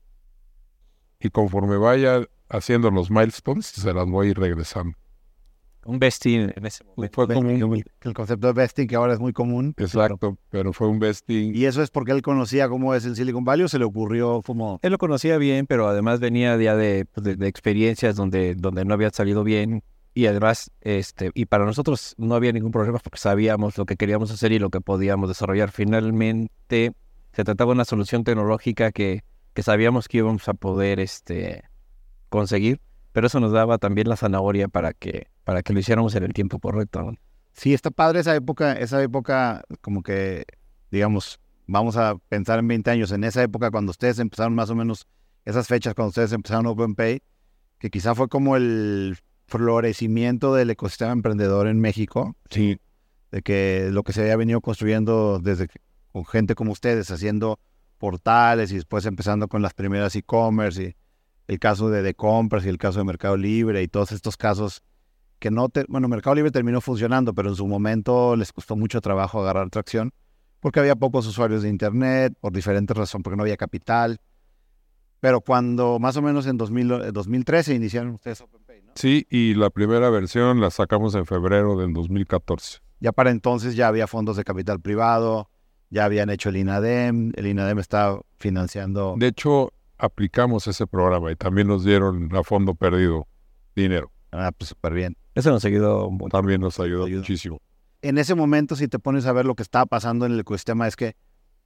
Y conforme vaya haciendo los milestones, se las voy a ir regresando. Un vesting en ese momento. Fue como El concepto de vesting, que ahora es muy común. Exacto, pero fue un vesting. ¿Y eso es porque él conocía cómo es el Silicon Valley o se le ocurrió como...? Él lo conocía bien, pero además venía ya de experiencias donde no había salido bien. Y además, y para nosotros no había ningún problema porque sabíamos lo que queríamos hacer y lo que podíamos desarrollar. Finalmente, se trataba de una solución tecnológica que sabíamos que íbamos a poder conseguir, pero eso nos daba también la zanahoria para que lo hiciéramos en el tiempo correcto, ¿no? Sí, está padre esa época como que, digamos, vamos a pensar en 20 años, en esa época cuando ustedes empezaron más o menos, esas fechas cuando ustedes empezaron OpenPay, que quizá fue como el florecimiento del ecosistema emprendedor en México. Sí. De que lo que se había venido construyendo con gente como ustedes, haciendo portales y después empezando con las primeras e-commerce y el caso de compras y el caso de Mercado Libre y todos estos casos que Mercado Libre terminó funcionando, pero en su momento les costó mucho trabajo agarrar tracción porque había pocos usuarios de internet, por diferentes razones, porque no había capital. Pero cuando más o menos en 2013 iniciaron ustedes OpenPay, ¿no? Sí, y la primera versión la sacamos en febrero del 2014. Ya para entonces ya había fondos de capital privado, ya habían hecho el INADEM estaba financiando. De hecho, aplicamos ese programa y también nos dieron a fondo perdido dinero. Ah, pues súper bien. Eso nos ayudó mucho. También nos ayudó muchísimo. En ese momento, si te pones a ver lo que estaba pasando en el ecosistema, es que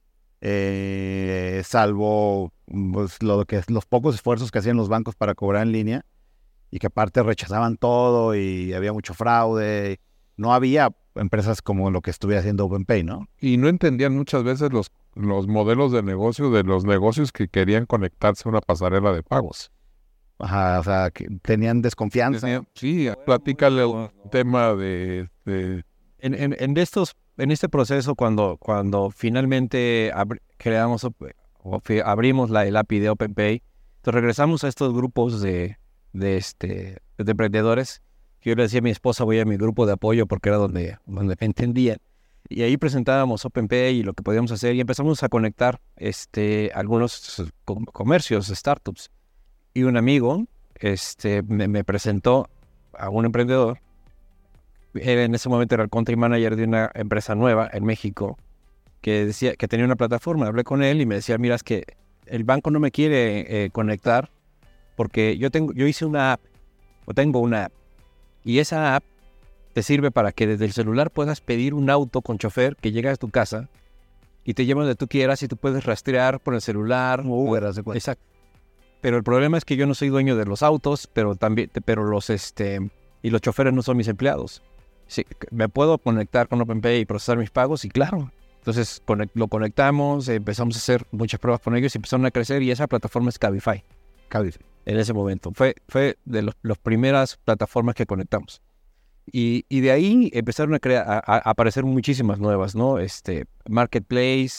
salvo pues, los pocos esfuerzos que hacían los bancos para cobrar en línea y que aparte rechazaban todo y había mucho fraude, no había empresas como lo que estuviera haciendo OpenPay, ¿no? Y no entendían muchas veces los modelos de negocio de los negocios que querían conectarse a una pasarela de pagos. Ajá, o sea, que tenían desconfianza. Sí, platícale el tema de... En este proceso, cuando finalmente abrimos el API de OpenPay, entonces regresamos a estos grupos de emprendedores. Yo le decía a mi esposa, voy a mi grupo de apoyo porque era donde me entendían. Y ahí presentábamos OpenPay y lo que podíamos hacer y empezamos a conectar algunos comercios, startups. Y un amigo me presentó a un emprendedor. Él en ese momento era el country manager de una empresa nueva en México que decía que tenía una plataforma. Hablé con él y me decía, mira, es que el banco no me quiere conectar porque yo hice una app, o tengo una app, y esa app te sirve para que desde el celular puedas pedir un auto con chofer que llegue a tu casa y te lleva donde tú quieras y tú puedes rastrear por el celular. Uber, hace cuenta. Exacto. Pero el problema es que yo no soy dueño de los autos, pero los choferes no son mis empleados. Sí, me puedo conectar con OpenPay y procesar mis pagos y claro. Entonces lo conectamos, empezamos a hacer muchas pruebas con ellos y empezaron a crecer y esa plataforma es Cabify. En ese momento. Fue de las primeras plataformas que conectamos. Y de ahí empezaron a aparecer muchísimas nuevas, ¿no? Marketplace,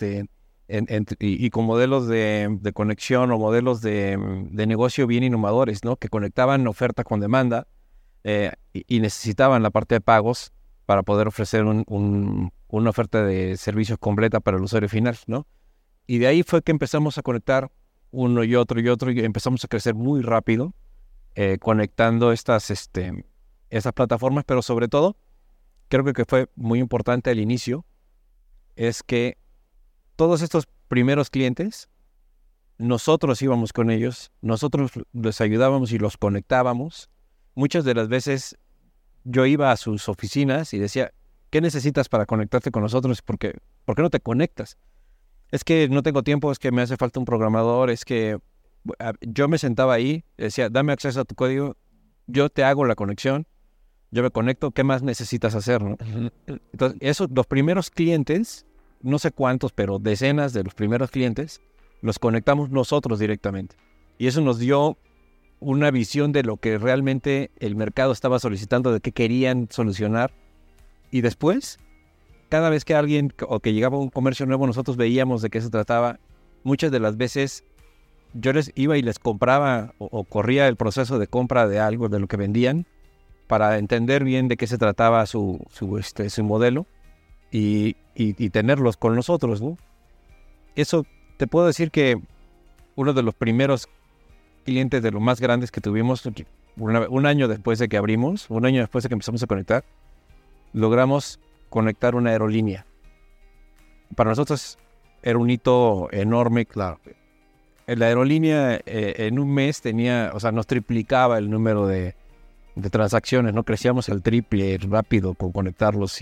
y con modelos de conexión o modelos de negocio bien innovadores, ¿no? Que conectaban oferta con demanda y necesitaban la parte de pagos para poder ofrecer una oferta de servicios completa para el usuario final, ¿no? Y de ahí fue que empezamos a conectar uno y otro y empezamos a crecer muy rápido, conectando estas plataformas, pero sobre todo, creo que fue muy importante al inicio, es que todos estos primeros clientes, nosotros íbamos con ellos, nosotros les ayudábamos y los conectábamos. Muchas de las veces yo iba a sus oficinas y decía, ¿qué necesitas para conectarte con nosotros? ¿Por qué no te conectas? Es que no tengo tiempo, es que me hace falta un programador, es que yo me sentaba ahí, decía, dame acceso a tu código, yo te hago la conexión, yo me conecto, ¿qué más necesitas hacer, no? Entonces, los primeros clientes, no sé cuántos, pero decenas de los primeros clientes, los conectamos nosotros directamente. Y eso nos dio una visión de lo que realmente el mercado estaba solicitando, de qué querían solucionar. Y después, cada vez que alguien o que llegaba un comercio nuevo, nosotros veíamos de qué se trataba. Muchas de las veces yo les iba y les compraba o corría el proceso de compra de algo, de lo que vendían, para entender bien de qué se trataba su modelo y tenerlos con nosotros, ¿no? Eso te puedo decir que uno de los primeros clientes de los más grandes que tuvimos, un año después de que abrimos, un año después de que empezamos a conectar, logramos conectar una aerolínea. Para nosotros era un hito enorme, claro. La aerolínea en un mes nos triplicaba el número de transacciones, ¿no? Crecíamos al triple rápido con conectarlos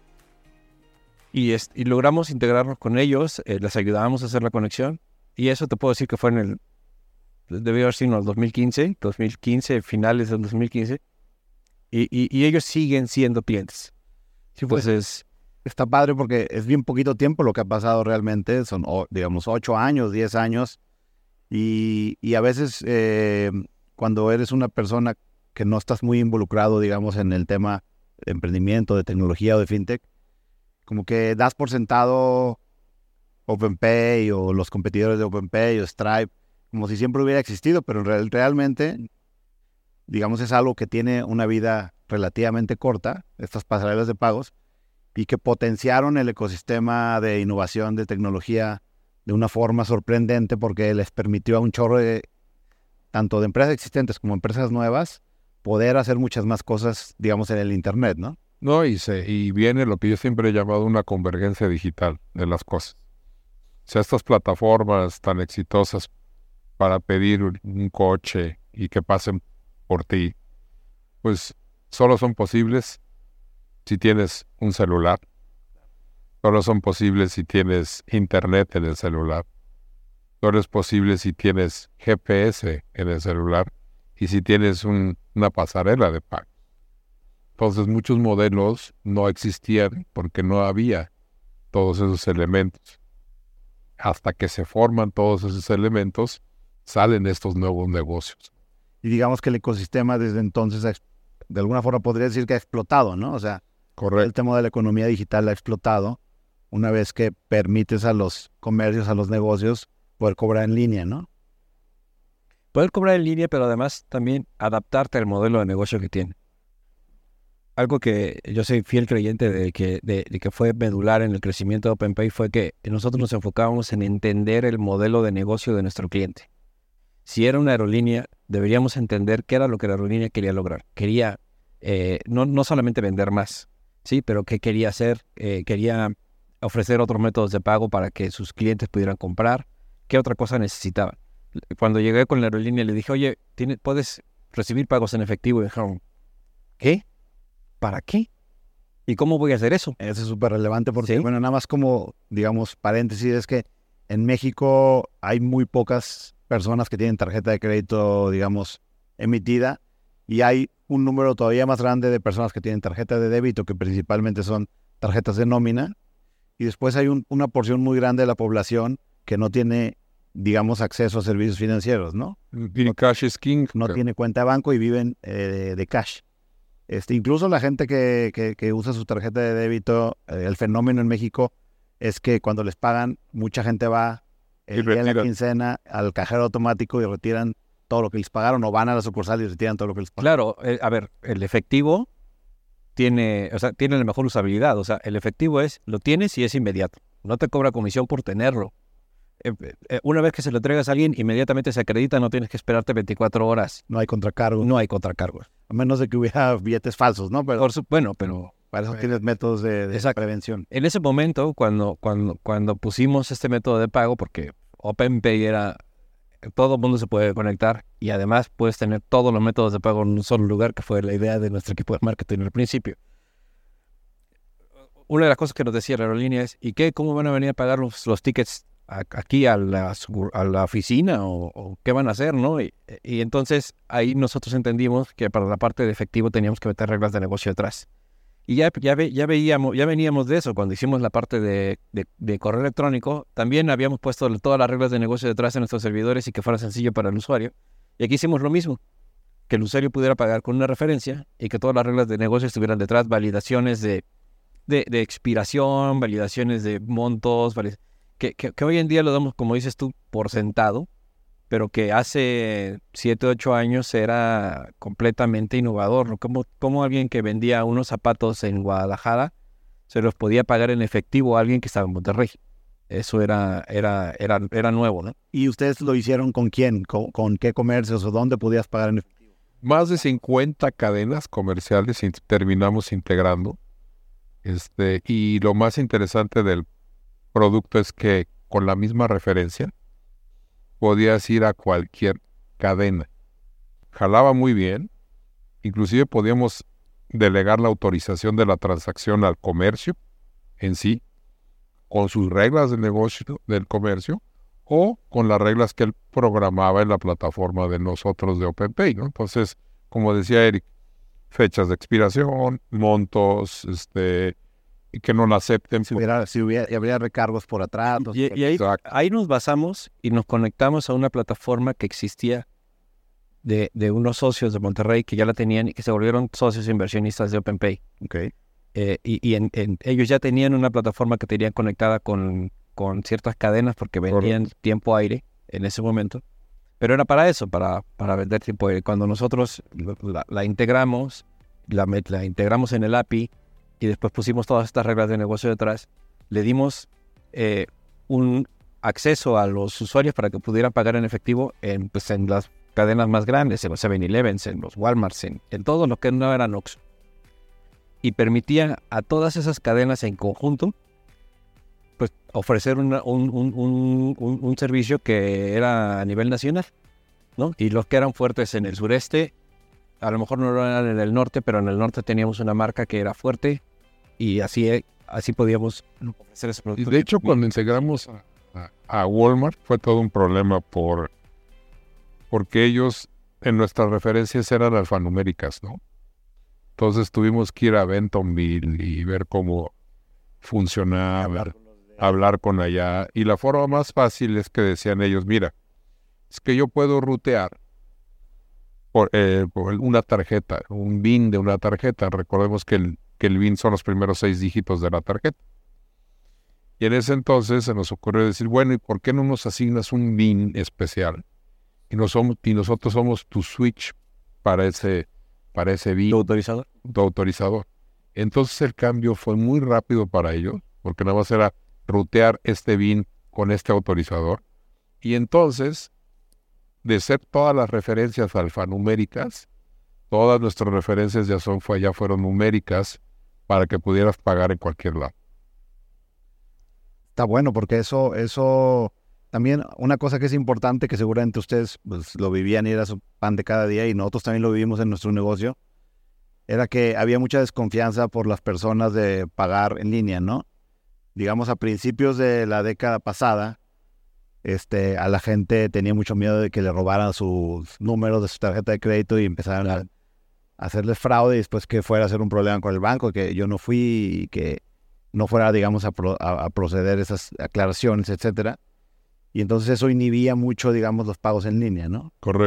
y logramos integrarnos con ellos, les ayudábamos a hacer la conexión y eso te puedo decir que fue debió haber sido en el 2015, finales del 2015 y ellos siguen siendo clientes. Sí, pues está padre porque es bien poquito tiempo lo que ha pasado realmente, son digamos 8 años, 10 años y a veces cuando eres una persona que no estás muy involucrado, digamos, en el tema de emprendimiento, de tecnología o de fintech, como que das por sentado OpenPay o los competidores de OpenPay o Stripe, como si siempre hubiera existido, pero realmente, digamos, es algo que tiene una vida relativamente corta, estas pasarelas de pagos, y que potenciaron el ecosistema de innovación de tecnología de una forma sorprendente porque les permitió a un chorro tanto de empresas existentes como empresas nuevas, poder hacer muchas más cosas, digamos, en el Internet, ¿no? No, y viene lo que yo siempre he llamado una convergencia digital de las cosas. O sea, estas plataformas tan exitosas para pedir un coche y que pasen por ti, pues solo son posibles si tienes un celular. Solo son posibles si tienes internet en el celular. Solo es posible si tienes GPS en el celular y si tienes una pasarela de pago. Entonces muchos modelos no existían porque no había todos esos elementos. Hasta que se forman todos esos elementos, salen estos nuevos negocios. Y digamos que el ecosistema desde entonces, de alguna forma podría decir que ha explotado, ¿no? O sea, correcto. El tema de la economía digital ha explotado una vez que permites a los comercios, a los negocios, poder cobrar en línea, ¿no? Poder cobrar en línea, pero además también adaptarte al modelo de negocio que tiene. Algo que yo soy fiel creyente de que fue medular en el crecimiento de OpenPay fue que nosotros nos enfocábamos en entender el modelo de negocio de nuestro cliente. Si era una aerolínea, deberíamos entender qué era lo que la aerolínea quería lograr. Quería no solamente vender más, sí, pero qué quería hacer. Quería ofrecer otros métodos de pago para que sus clientes pudieran comprar. ¿Qué otra cosa necesitaban? Cuando llegué con la aerolínea le dije, oye, ¿puedes recibir pagos en efectivo? Y dijeron, ¿qué? ¿Para qué? ¿Y cómo voy a hacer eso? Eso es súper relevante porque, ¿Sí? bueno, nada más como, digamos, paréntesis, es que en México hay muy pocas personas que tienen tarjeta de crédito, digamos, emitida, y hay un número todavía más grande de personas que tienen tarjeta de débito, que principalmente son tarjetas de nómina, y después hay una porción muy grande de la población que no tiene, digamos, acceso a servicios financieros, ¿no? Y cash is king. No tiene cuenta de banco y viven de cash. Incluso la gente que usa su tarjeta de débito, el fenómeno en México es que cuando les pagan, mucha gente va el día de la quincena al cajero automático y retiran todo lo que les pagaron, o van a la sucursal y retiran todo lo que les pagaron. Claro, a ver, el efectivo tiene la mejor usabilidad. O sea, el efectivo lo tienes y es inmediato. No te cobra comisión por tenerlo. Una vez que se lo entregas a alguien, inmediatamente se acredita, no tienes que esperarte 24 horas. No hay contracargos. No hay contracargos. A menos de que hubiera billetes falsos, ¿no? Pero pero para eso tienes métodos de prevención. En ese momento, cuando pusimos este método de pago, porque OpenPay todo el mundo se puede conectar y además puedes tener todos los métodos de pago en un solo lugar, que fue la idea de nuestro equipo de marketing al principio. Una de las cosas que nos decía la aerolínea es, ¿y qué? ¿Cómo van a venir a pagar los tickets aquí a la oficina? ¿O qué van a hacer, no? Y entonces ahí nosotros entendimos que para la parte de efectivo teníamos que meter reglas de negocio detrás. Y ya veníamos de eso. Cuando hicimos la parte de correo electrónico, también habíamos puesto todas las reglas de negocio detrás de nuestros servidores y que fuera sencillo para el usuario. Y aquí hicimos lo mismo, que el usuario pudiera pagar con una referencia y que todas las reglas de negocio estuvieran detrás, validaciones de expiración, validaciones de montos, que hoy en día lo damos, como dices tú, por sentado, pero que hace 7, 8 años era completamente innovador, ¿no? Como alguien que vendía unos zapatos en Guadalajara se los podía pagar en efectivo a alguien que estaba en Monterrey. Eso era nuevo, ¿no? ¿Y ustedes lo hicieron con quién? ¿Con qué comercios o dónde podías pagar en efectivo? Más de 50 cadenas comerciales terminamos integrando. Y lo más interesante del producto es que con la misma referencia podías ir a cualquier cadena. Jalaba muy bien. Inclusive podíamos delegar la autorización de la transacción al comercio en sí, con sus reglas de negocio del comercio o con las reglas que él programaba en la plataforma de nosotros de OpenPay, ¿no? Entonces, como decía Eric, fechas de expiración, montos, y que no la acepten. Habría recargos por atrás. Y ahí nos basamos y nos conectamos a una plataforma que existía de unos socios de Monterrey que ya la tenían y que se volvieron socios inversionistas de OpenPay. Okay. Ellos ya tenían una plataforma que tenían conectada con ciertas cadenas porque vendían tiempo aire en ese momento. Pero era para eso, para vender tiempo aire. Cuando nosotros la integramos, la integramos en el API, y después pusimos todas estas reglas de negocio detrás, le dimos un acceso a los usuarios para que pudieran pagar en efectivo en las cadenas más grandes, en los 7-Elevens, en los Walmarts, en todo lo que no era Oxxo. Y permitía a todas esas cadenas en conjunto pues ofrecer un servicio que era a nivel nacional, ¿no? Y los que eran fuertes en el sureste, a lo mejor no lo eran en el norte, pero en el norte teníamos una marca que era fuerte y así podíamos ofrecer ese producto. Y de hecho, cuando integramos a Walmart fue todo un problema porque ellos en nuestras referencias eran alfanuméricas, ¿no? Entonces tuvimos que ir a Bentonville y ver cómo funcionaba, hablar con allá. Y la forma más fácil es que decían ellos, mira, es que yo puedo rutear por una tarjeta, un BIN de una tarjeta. Recordemos que el BIN son los primeros 6 dígitos de la tarjeta. Y en ese entonces se nos ocurrió decir, bueno, ¿y por qué no nos asignas un BIN especial? Y nosotros somos tu switch para ese BIN. ¿Tu autorizador? Entonces el cambio fue muy rápido para ellos, porque nada más era rutear este BIN con este autorizador. Y entonces, de ser todas las referencias alfanuméricas, todas nuestras referencias ya fueron numéricas para que pudieras pagar en cualquier lado. Está bueno, porque eso también, una cosa que es importante, que seguramente ustedes pues, lo vivían y era su pan de cada día, y nosotros también lo vivimos en nuestro negocio, era que había mucha desconfianza por las personas de pagar en línea, ¿no? Digamos, a principios de la década pasada, a la gente tenía mucho miedo de que le robaran sus números de su tarjeta de crédito y empezaran a hacerles fraude y después que fuera a ser un problema con el banco, que yo no fui y que no fuera, digamos, a proceder esas aclaraciones, etcétera. Y entonces eso inhibía mucho, digamos, los pagos en línea, ¿no? Correcto.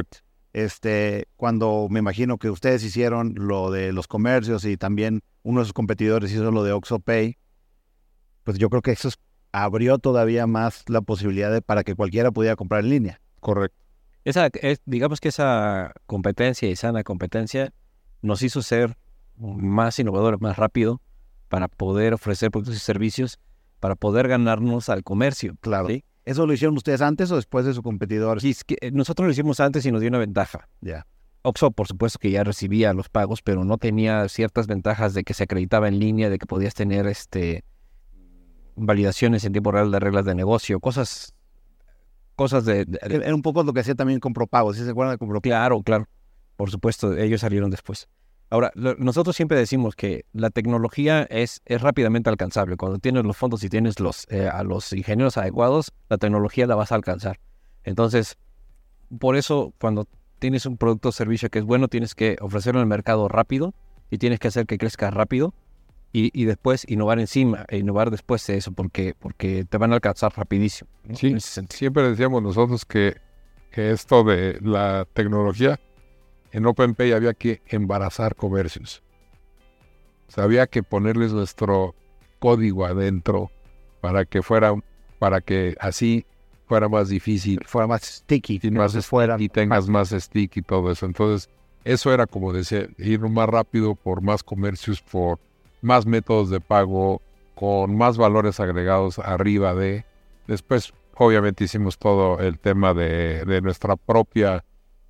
cuando me imagino que ustedes hicieron lo de los comercios y también uno de sus competidores hizo lo de OXXO Pay, pues yo creo que eso abrió todavía más la posibilidad para que cualquiera pudiera comprar en línea. Correcto. Digamos que esa competencia y sana competencia nos hizo ser más innovadores, más rápido, para poder ofrecer productos y servicios, para poder ganarnos al comercio. Claro. ¿Sí? ¿Eso lo hicieron ustedes antes o después de su competidor? Sí, es que nosotros lo hicimos antes y nos dio una ventaja. Ya. OXXO, por supuesto que ya recibía los pagos, pero no tenía ciertas ventajas de que se acreditaba en línea, de que podías tener validaciones en tiempo real de reglas de negocio, cosas Era un poco lo que hacía también con Propago, ¿sí se acuerdan de Compropago? Claro, por supuesto, ellos salieron después. Ahora, nosotros siempre decimos que la tecnología es rápidamente alcanzable. Cuando tienes los fondos y tienes a los ingenieros adecuados, la tecnología la vas a alcanzar. Entonces, por eso, cuando tienes un producto o servicio que es bueno, tienes que ofrecerlo en el mercado rápido y tienes que hacer que crezca rápido y después innovar encima e innovar después de eso, porque te van a alcanzar rapidísimo, ¿no? Sí, siempre decíamos nosotros que esto de la tecnología en OpenPay había que embarazar comercios. O sea, había que ponerles nuestro código adentro para que así fuera más difícil. Fuera más sticky. Y tengas más stick y todo eso. Entonces, eso era como decía, ir más rápido por más comercios, por más métodos de pago, con más valores agregados arriba de. Después, obviamente, hicimos todo el tema de nuestra propia,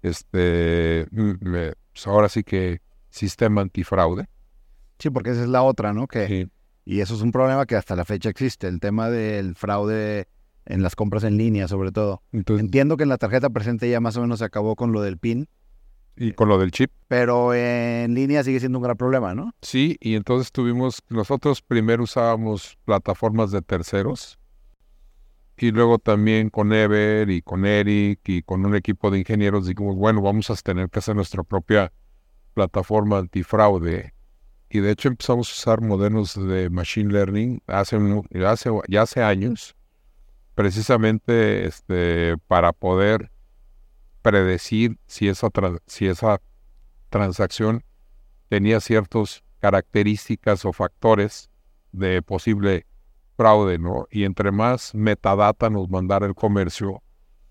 ahora sí que sistema antifraude. Sí, porque esa es la otra, ¿no? Sí. Y eso es un problema que hasta la fecha existe, el tema del fraude en las compras en línea, sobre todo. Entonces, Entiendo que en la tarjeta presente ya más o menos se acabó con lo del PIN, y con lo del chip. pero en línea sigue siendo un gran problema, ¿no? Sí, y entonces nosotros primero usábamos plataformas de terceros y luego también con Ever y con Eric y con un equipo de ingenieros dijimos, bueno, vamos a tener que hacer nuestra propia plataforma antifraude. Y de hecho empezamos a usar modelos de Machine Learning hace años, precisamente para poder predecir si esa transacción tenía ciertas características o factores de posible fraude, ¿no? Y entre más metadata nos mandara el comercio,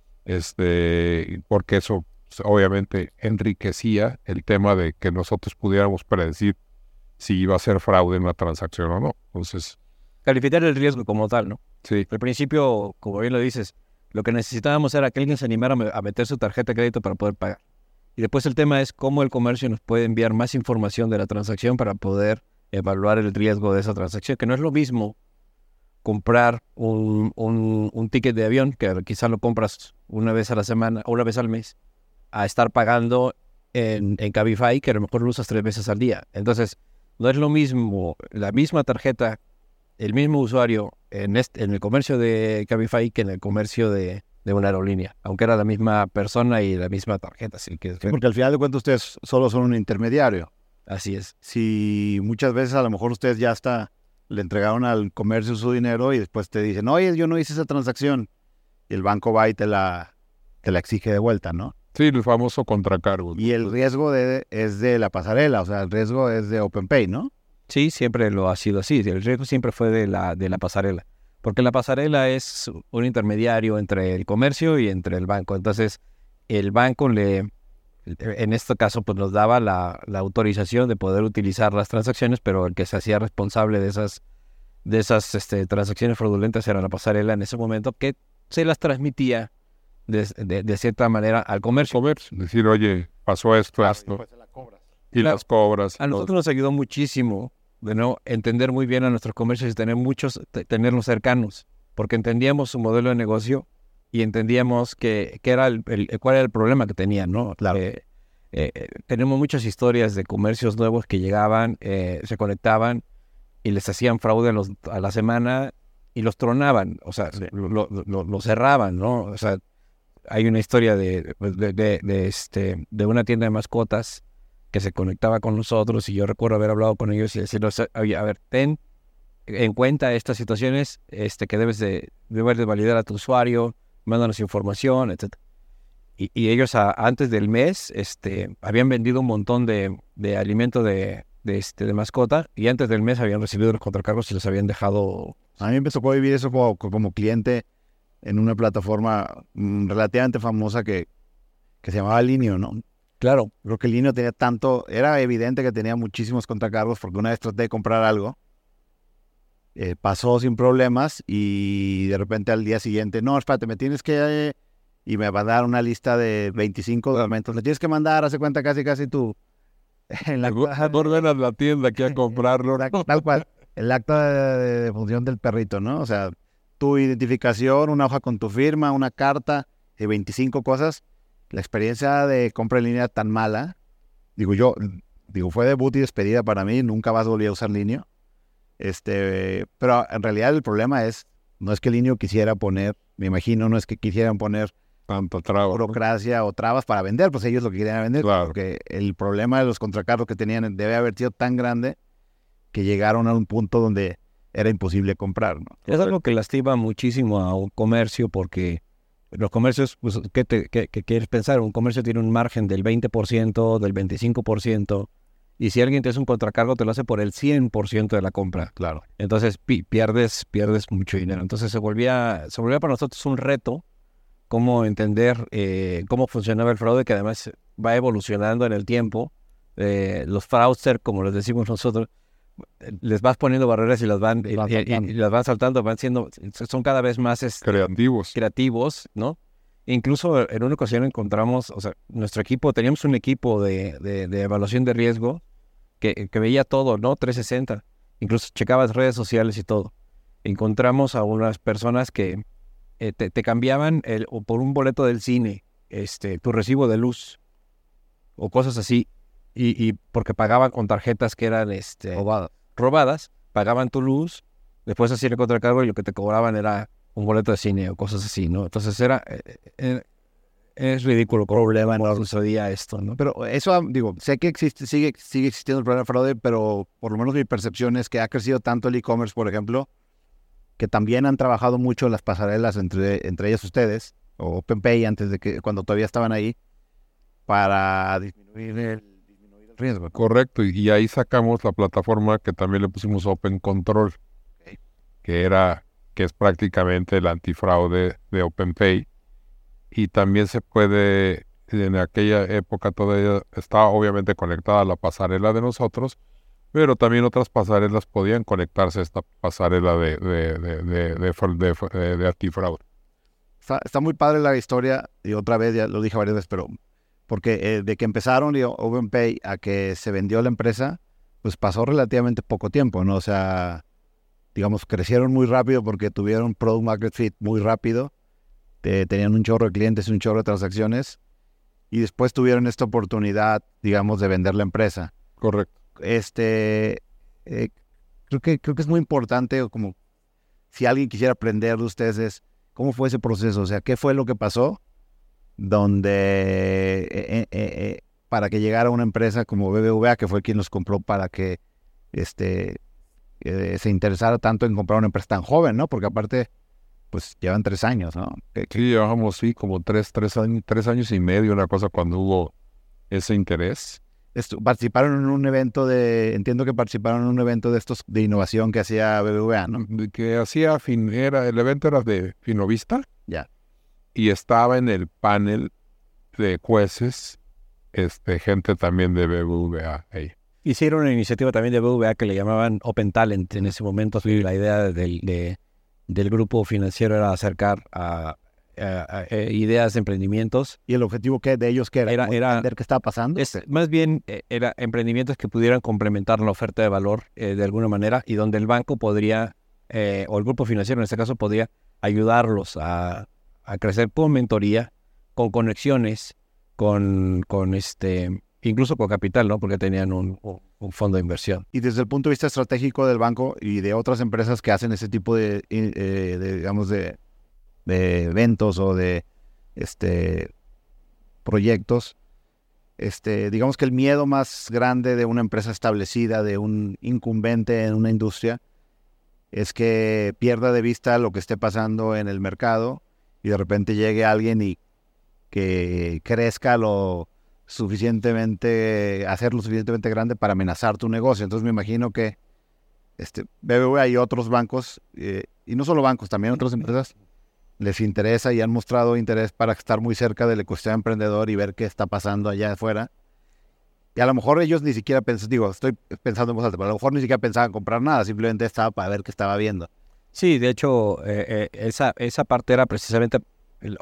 porque eso obviamente enriquecía el tema de que nosotros pudiéramos predecir si iba a ser fraude en una transacción o no. Entonces, calificar el riesgo como tal, ¿no? sí. Al principio, como bien lo dices, lo que necesitábamos era que alguien se animara a meter su tarjeta de crédito para poder pagar. Y después el tema es cómo el comercio nos puede enviar más información de la transacción para poder evaluar el riesgo de esa transacción, que no es lo mismo comprar un ticket de avión, que quizás lo compras una vez a la semana o una vez al mes, a estar pagando en Cabify, que a lo mejor lo usas 3 veces al día. Entonces, no es lo mismo la misma tarjeta, el mismo usuario en el comercio de Cabify que en el comercio de una aerolínea, aunque era la misma persona y la misma tarjeta. Sí, porque al final de cuentas ustedes solo son un intermediario. Así es. Si muchas veces a lo mejor ustedes ya le entregaron al comercio su dinero y después te dicen, oye, yo no hice esa transacción. Y el banco va y te la exige de vuelta, ¿no? Sí, el famoso contracargo. Y el riesgo es de la pasarela, o sea, el riesgo es de OpenPay, ¿no? Sí, siempre lo ha sido así. El riesgo siempre fue de la pasarela. Porque la pasarela es un intermediario entre el comercio y entre el banco. Entonces, el banco en este caso, pues nos daba la autorización de poder utilizar las transacciones, pero el que se hacía responsable de esas transacciones fraudulentas era la pasarela en ese momento, que se las transmitía de cierta manera al comercio. Decir, oye, pasó esto. Y las cobras. A nosotros nos ayudó muchísimo de no entender muy bien a nuestros comercios y tenerlos cercanos, porque entendíamos su modelo de negocio y entendíamos cuál era el problema que tenían, ¿no? Claro. Tenemos muchas historias de comercios nuevos que llegaban, se conectaban y les hacían fraude a la semana y los tronaban, o sea, lo cerraban, ¿no? O sea, hay una historia de una tienda de mascotas que se conectaba con nosotros y yo recuerdo haber hablado con ellos y decirles, oye, a ver, ten en cuenta estas situaciones que debes de validar a tu usuario, mándanos información, etc. y ellos antes del mes habían vendido un montón de alimento de mascota, y antes del mes habían recibido los contracargos y los habían dejado. A mí me tocó vivir eso como cliente en una plataforma relativamente famosa que se llamaba Linio, ¿no? Claro. Creo que Linio tenía era evidente que tenía muchísimos contracargos, porque una vez traté de comprar algo, pasó sin problemas, y de repente al día siguiente, no, espérate, me tienes que... y me va a dar una lista de 25 documentos. Le tienes que mandar, hace cuenta, casi tú. En la Ven a la tienda aquí a comprarlo. Tal cual. El acta de función del perrito, ¿no? O sea, tu identificación, una hoja con tu firma, una carta, 25 cosas. La experiencia de compra en línea tan mala, fue debut y despedida para mí, nunca más volví a usar Linio. Pero en realidad el problema no es que Linio quisiera poner, me imagino, no es que quisieran poner tanta traba, burocracia o trabas para vender, pues ellos lo que querían vender, claro. Porque el problema de los contracargos que tenían debe haber sido tan grande que llegaron a un punto donde era imposible comprar, ¿no? Es algo que lastima muchísimo a un comercio, porque los comercios, pues, ¿qué quieres pensar? Un comercio tiene un margen del 20%, del 25%, y si alguien te hace un contracargo te lo hace por el 100% de la compra. Claro. Entonces pierdes mucho dinero. Entonces se volvía para nosotros un reto cómo entender cómo funcionaba el fraude, que además va evolucionando en el tiempo. Los fraudsters, como les decimos nosotros, les vas poniendo barreras y las van saltando, son cada vez más creativos, ¿no? Incluso en una ocasión encontramos, o sea, teníamos un equipo de evaluación de riesgo que veía todo, ¿no? 360, incluso checabas redes sociales y todo. Encontramos a unas personas que te cambiaban o por un boleto del cine, tu recibo de luz o cosas así, y porque pagaban con tarjetas que eran robadas, pagaban tu luz, después hacían el contracargo y lo que te cobraban era un boleto de cine o cosas así, ¿no? Entonces es ridículo cómo problema no sucedía esto, ¿no? Pero eso, sé que sigue existiendo el problema de fraude, pero por lo menos mi percepción es que ha crecido tanto el e-commerce, por ejemplo, que también han trabajado mucho las pasarelas entre ellas ustedes, o OpenPay cuando todavía estaban ahí, para disminuir el riesgo. Correcto, y ahí sacamos la plataforma que también le pusimos Open Control, Okay. que es prácticamente el antifraude de OpenPay, y también se puede, en aquella época todavía estaba obviamente conectada a la pasarela de nosotros, pero también otras pasarelas podían conectarse a esta pasarela de antifraude. Está muy padre la historia, y otra vez, ya lo dije varias veces, pero porque de que empezaron OpenPay a que se vendió la empresa, pues pasó relativamente poco tiempo, ¿no? O sea, digamos, crecieron muy rápido porque tuvieron product market fit muy rápido, tenían un chorro de clientes y un chorro de transacciones, y después tuvieron esta oportunidad, digamos, de vender la empresa. Correcto. Creo que es muy importante, como si alguien quisiera aprender de ustedes, ¿cómo fue ese proceso? O sea, ¿qué fue lo que pasó para que llegara una empresa como BBVA, que fue quien los compró, para que se interesara tanto en comprar una empresa tan joven, ¿no? Porque aparte, pues llevan 3 años, ¿no? Sí, llevamos como 3 años y medio, una cosa, cuando hubo ese interés. Participaron en un evento entiendo que participaron en un evento de estos de innovación que hacía BBVA, ¿no? El evento era de Finovista. Ya. Y estaba en el panel de jueces, gente también de BBVA ahí. Hicieron una iniciativa también de BBVA que le llamaban Open Talent en ese momento. Sí. La idea del grupo financiero era acercar a ideas de emprendimientos. ¿Y el objetivo de ellos qué era? ¿Entender qué estaba pasando? Más bien era emprendimientos que pudieran complementar la oferta de valor de alguna manera, y donde el banco podría, o el grupo financiero en este caso, podría ayudarlos a crecer con mentoría, con conexiones, incluso con capital, ¿no? Porque tenían un fondo de inversión. Y desde el punto de vista estratégico del banco y de otras empresas que hacen ese tipo de eventos o de proyectos, digamos que el miedo más grande de una empresa establecida, de un incumbente en una industria, es que pierda de vista lo que esté pasando en el mercado y de repente llegue alguien y que crezca hacerlo suficientemente grande para amenazar tu negocio. Entonces me imagino que BBVA y otros bancos, y no solo bancos, también otras empresas, les interesa y han mostrado interés para estar muy cerca del ecosistema emprendedor y ver qué está pasando allá afuera. Y a lo mejor ellos ni siquiera estoy pensando en voz alta, pero a lo mejor ni siquiera pensaban comprar nada, simplemente estaba para ver qué estaba viendo. Sí, de hecho, esa parte era precisamente, el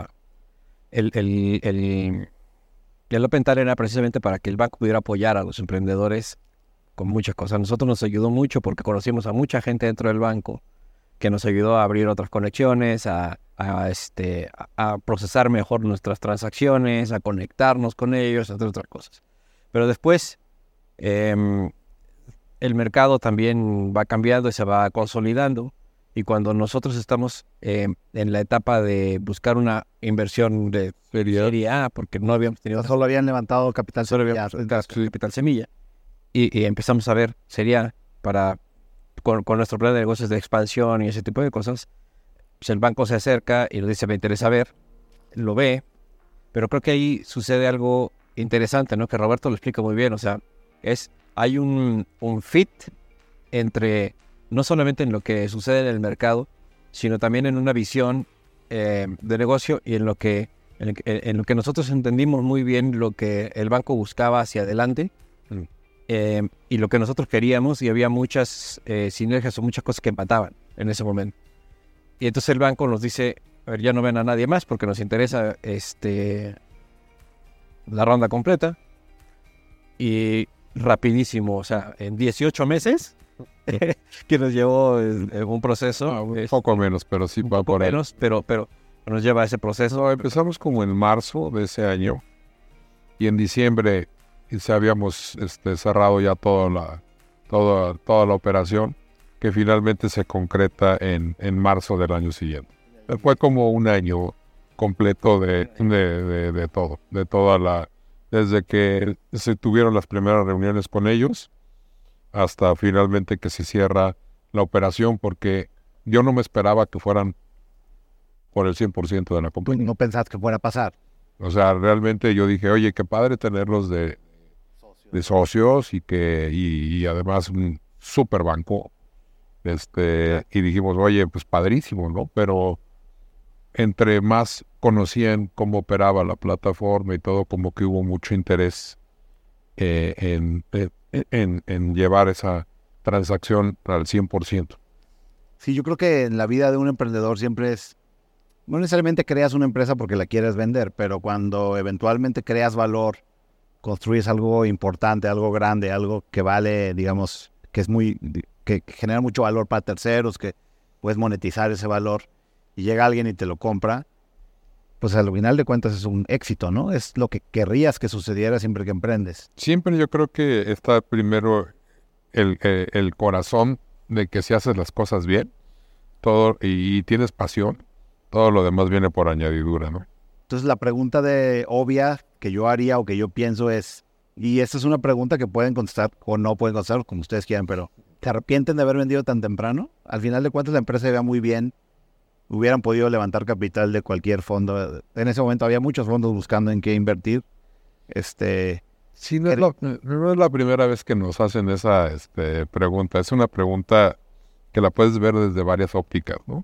Open Talent era precisamente para que el banco pudiera apoyar a los emprendedores con muchas cosas. Nosotros nos ayudó mucho porque conocimos a mucha gente dentro del banco que nos ayudó a abrir otras conexiones, a procesar mejor nuestras transacciones, a conectarnos con ellos, entre otras cosas. Pero después el mercado también va cambiando y se va consolidando. Y cuando nosotros estamos en la etapa de buscar una inversión de Serie A, porque no habíamos tenido... Solo habían levantado capital semilla. Capital semilla. Y empezamos a ver Serie A con nuestro plan de negocios de expansión y ese tipo de cosas. Pues el banco se acerca y nos dice, me interesa ver, lo ve, pero creo que ahí sucede algo interesante, ¿no? Que Roberto lo explica muy bien. O sea, hay un fit entre... no solamente en lo que sucede en el mercado, sino también en una visión de negocio y en lo que nosotros entendimos muy bien lo que el banco buscaba hacia adelante y lo que nosotros queríamos, y había muchas sinergias o muchas cosas que empataban en ese momento. Y entonces el banco nos dice, a ver, ya no ven a nadie más porque nos interesa la ronda completa, y rapidísimo, o sea, en 18 meses... que nos llevó un proceso. Un poco menos, pero sí va por ahí. Menos, pero nos lleva a ese proceso. No, empezamos como en marzo de ese año y en diciembre se habíamos cerrado ya toda la operación, que finalmente se concreta en marzo del año siguiente. Fue como un año completo de todo, desde que se tuvieron las primeras reuniones con ellos hasta finalmente que se cierra la operación, porque yo no me esperaba que fueran por el 100% de la compañía. No pensaste que fuera a pasar. O sea, realmente yo dije, oye, qué padre tenerlos de socios y además un super banco. Y dijimos, oye, pues padrísimo, ¿no? Pero entre más conocían cómo operaba la plataforma y todo, como que hubo mucho interés en llevar esa transacción al 100%. Sí, yo creo que en la vida de un emprendedor siempre no necesariamente creas una empresa porque la quieres vender, pero cuando eventualmente creas valor, construyes algo importante, algo grande, algo que vale, digamos, que genera mucho valor para terceros, que puedes monetizar ese valor, y llega alguien y te lo compra, pues al final de cuentas es un éxito, ¿no? Es lo que querrías que sucediera siempre que emprendes. Siempre yo creo que está primero el corazón de que si haces las cosas bien, todo y tienes pasión, todo lo demás viene por añadidura, ¿no? Entonces la pregunta obvia que yo haría o que yo pienso es, y esta es una pregunta que pueden contestar o no pueden contestar, como ustedes quieran, pero ¿se arrepienten de haber vendido tan temprano? Al final de cuentas la empresa se veía muy bien, hubieran podido levantar capital de cualquier fondo. En ese momento había muchos fondos buscando en qué invertir. Sí, no es la primera vez que nos hacen esa pregunta. Es una pregunta que la puedes ver desde varias ópticas, ¿no?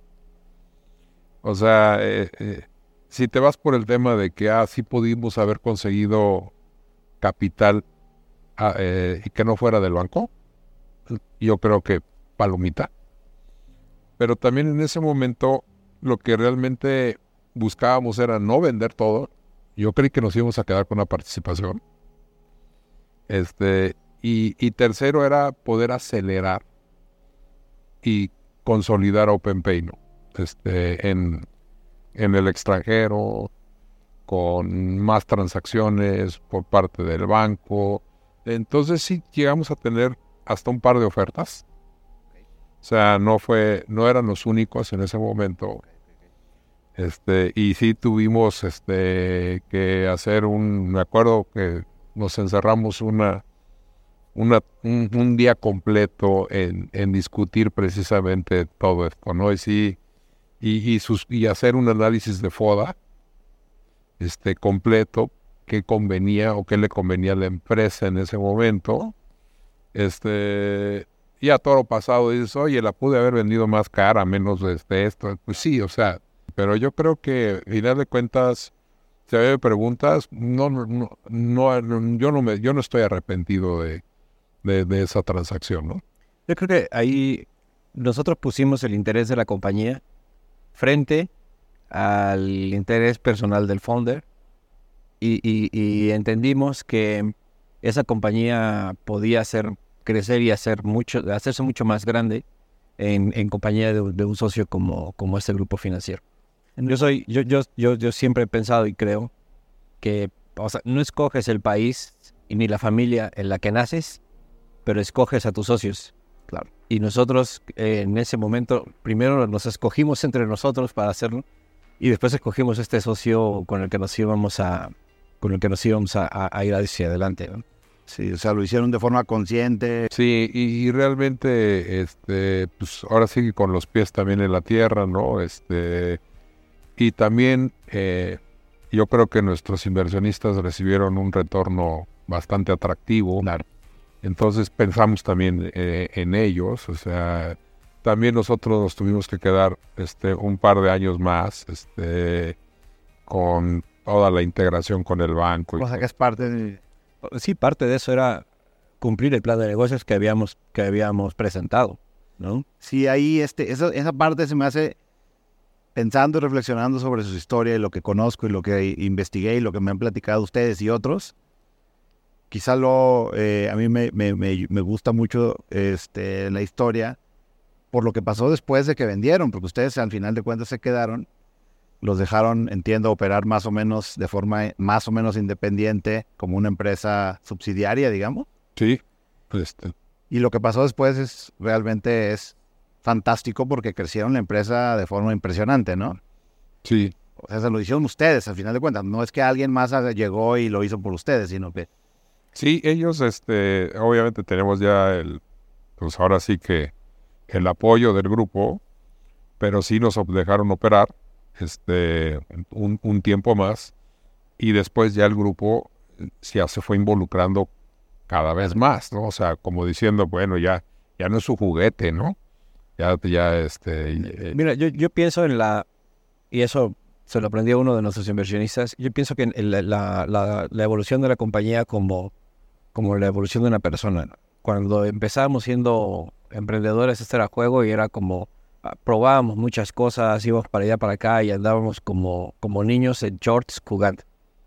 O sea, si te vas por el tema de que sí pudimos haber conseguido capital y que no fuera del banco, yo creo que palomita. Pero también en ese momento lo que realmente buscábamos era no vender todo. Yo creí que nos íbamos a quedar con una participación. Y tercero era poder acelerar y consolidar OpenPay, ¿no? En el extranjero, con más transacciones por parte del banco. Entonces sí llegamos a tener hasta un par de ofertas. O sea, no eran los únicos en ese momento. Y sí tuvimos que hacer me acuerdo que nos encerramos un día completo en discutir precisamente todo esto, ¿no? Y hacer un análisis de FODA completo, qué convenía o qué le convenía a la empresa en ese momento. Y a toro pasado dices, oye, la pude haber vendido más cara, menos esto. Pues sí, o sea, pero yo creo que, al final de cuentas, si a mí me preguntas, yo no estoy arrepentido de esa transacción, ¿no? Yo creo que ahí nosotros pusimos el interés de la compañía frente al interés personal del founder y entendimos que esa compañía podía crecer y hacerse mucho más grande en compañía de un socio como este grupo financiero. Yo siempre he pensado y creo que, o sea, no escoges el país y ni la familia en la que naces, pero escoges a tus socios. Claro. Y nosotros en ese momento primero nos escogimos entre nosotros para hacerlo y después escogimos este socio con el que nos íbamos a ir hacia adelante, ¿no? Sí, o sea, lo hicieron de forma consciente. Sí, y realmente, pues ahora sí que con los pies también en la tierra, ¿no? Y también yo creo que nuestros inversionistas recibieron un retorno bastante atractivo. Claro. Entonces pensamos también en ellos, o sea, también nosotros nos tuvimos que quedar un par de años más con toda la integración con el banco. O sea, que es parte de... Sí, parte de eso era cumplir el plan de negocios que habíamos presentado, ¿no? Sí, ahí esa parte se me hace, pensando y reflexionando sobre su historia y lo que conozco y lo que investigué y lo que me han platicado ustedes y otros. Quizá a mí me gusta mucho la historia por lo que pasó después de que vendieron, porque ustedes al final de cuentas se quedaron, los dejaron, entiendo, operar más o menos de forma más o menos independiente, como una empresa subsidiaria, digamos. Sí. Y lo que pasó después realmente es fantástico porque crecieron la empresa de forma impresionante, ¿no? Sí. O sea, se lo hicieron ustedes, al final de cuentas. No es que alguien más llegó y lo hizo por ustedes, sino que... Sí, ellos, obviamente tenemos ya pues ahora sí que el apoyo del grupo, pero sí nos dejaron operar un tiempo más y después ya el grupo ya se fue involucrando cada vez más, ¿no? O sea, como diciendo, bueno, ya no es su juguete, ¿no? Mira, yo pienso y eso se lo aprendí a uno de nuestros inversionistas, yo pienso que en la evolución de la compañía como la evolución de una persona. Cuando empezábamos siendo emprendedores, este era juego y era como probábamos muchas cosas, íbamos para allá, para acá y andábamos como niños en shorts jugando.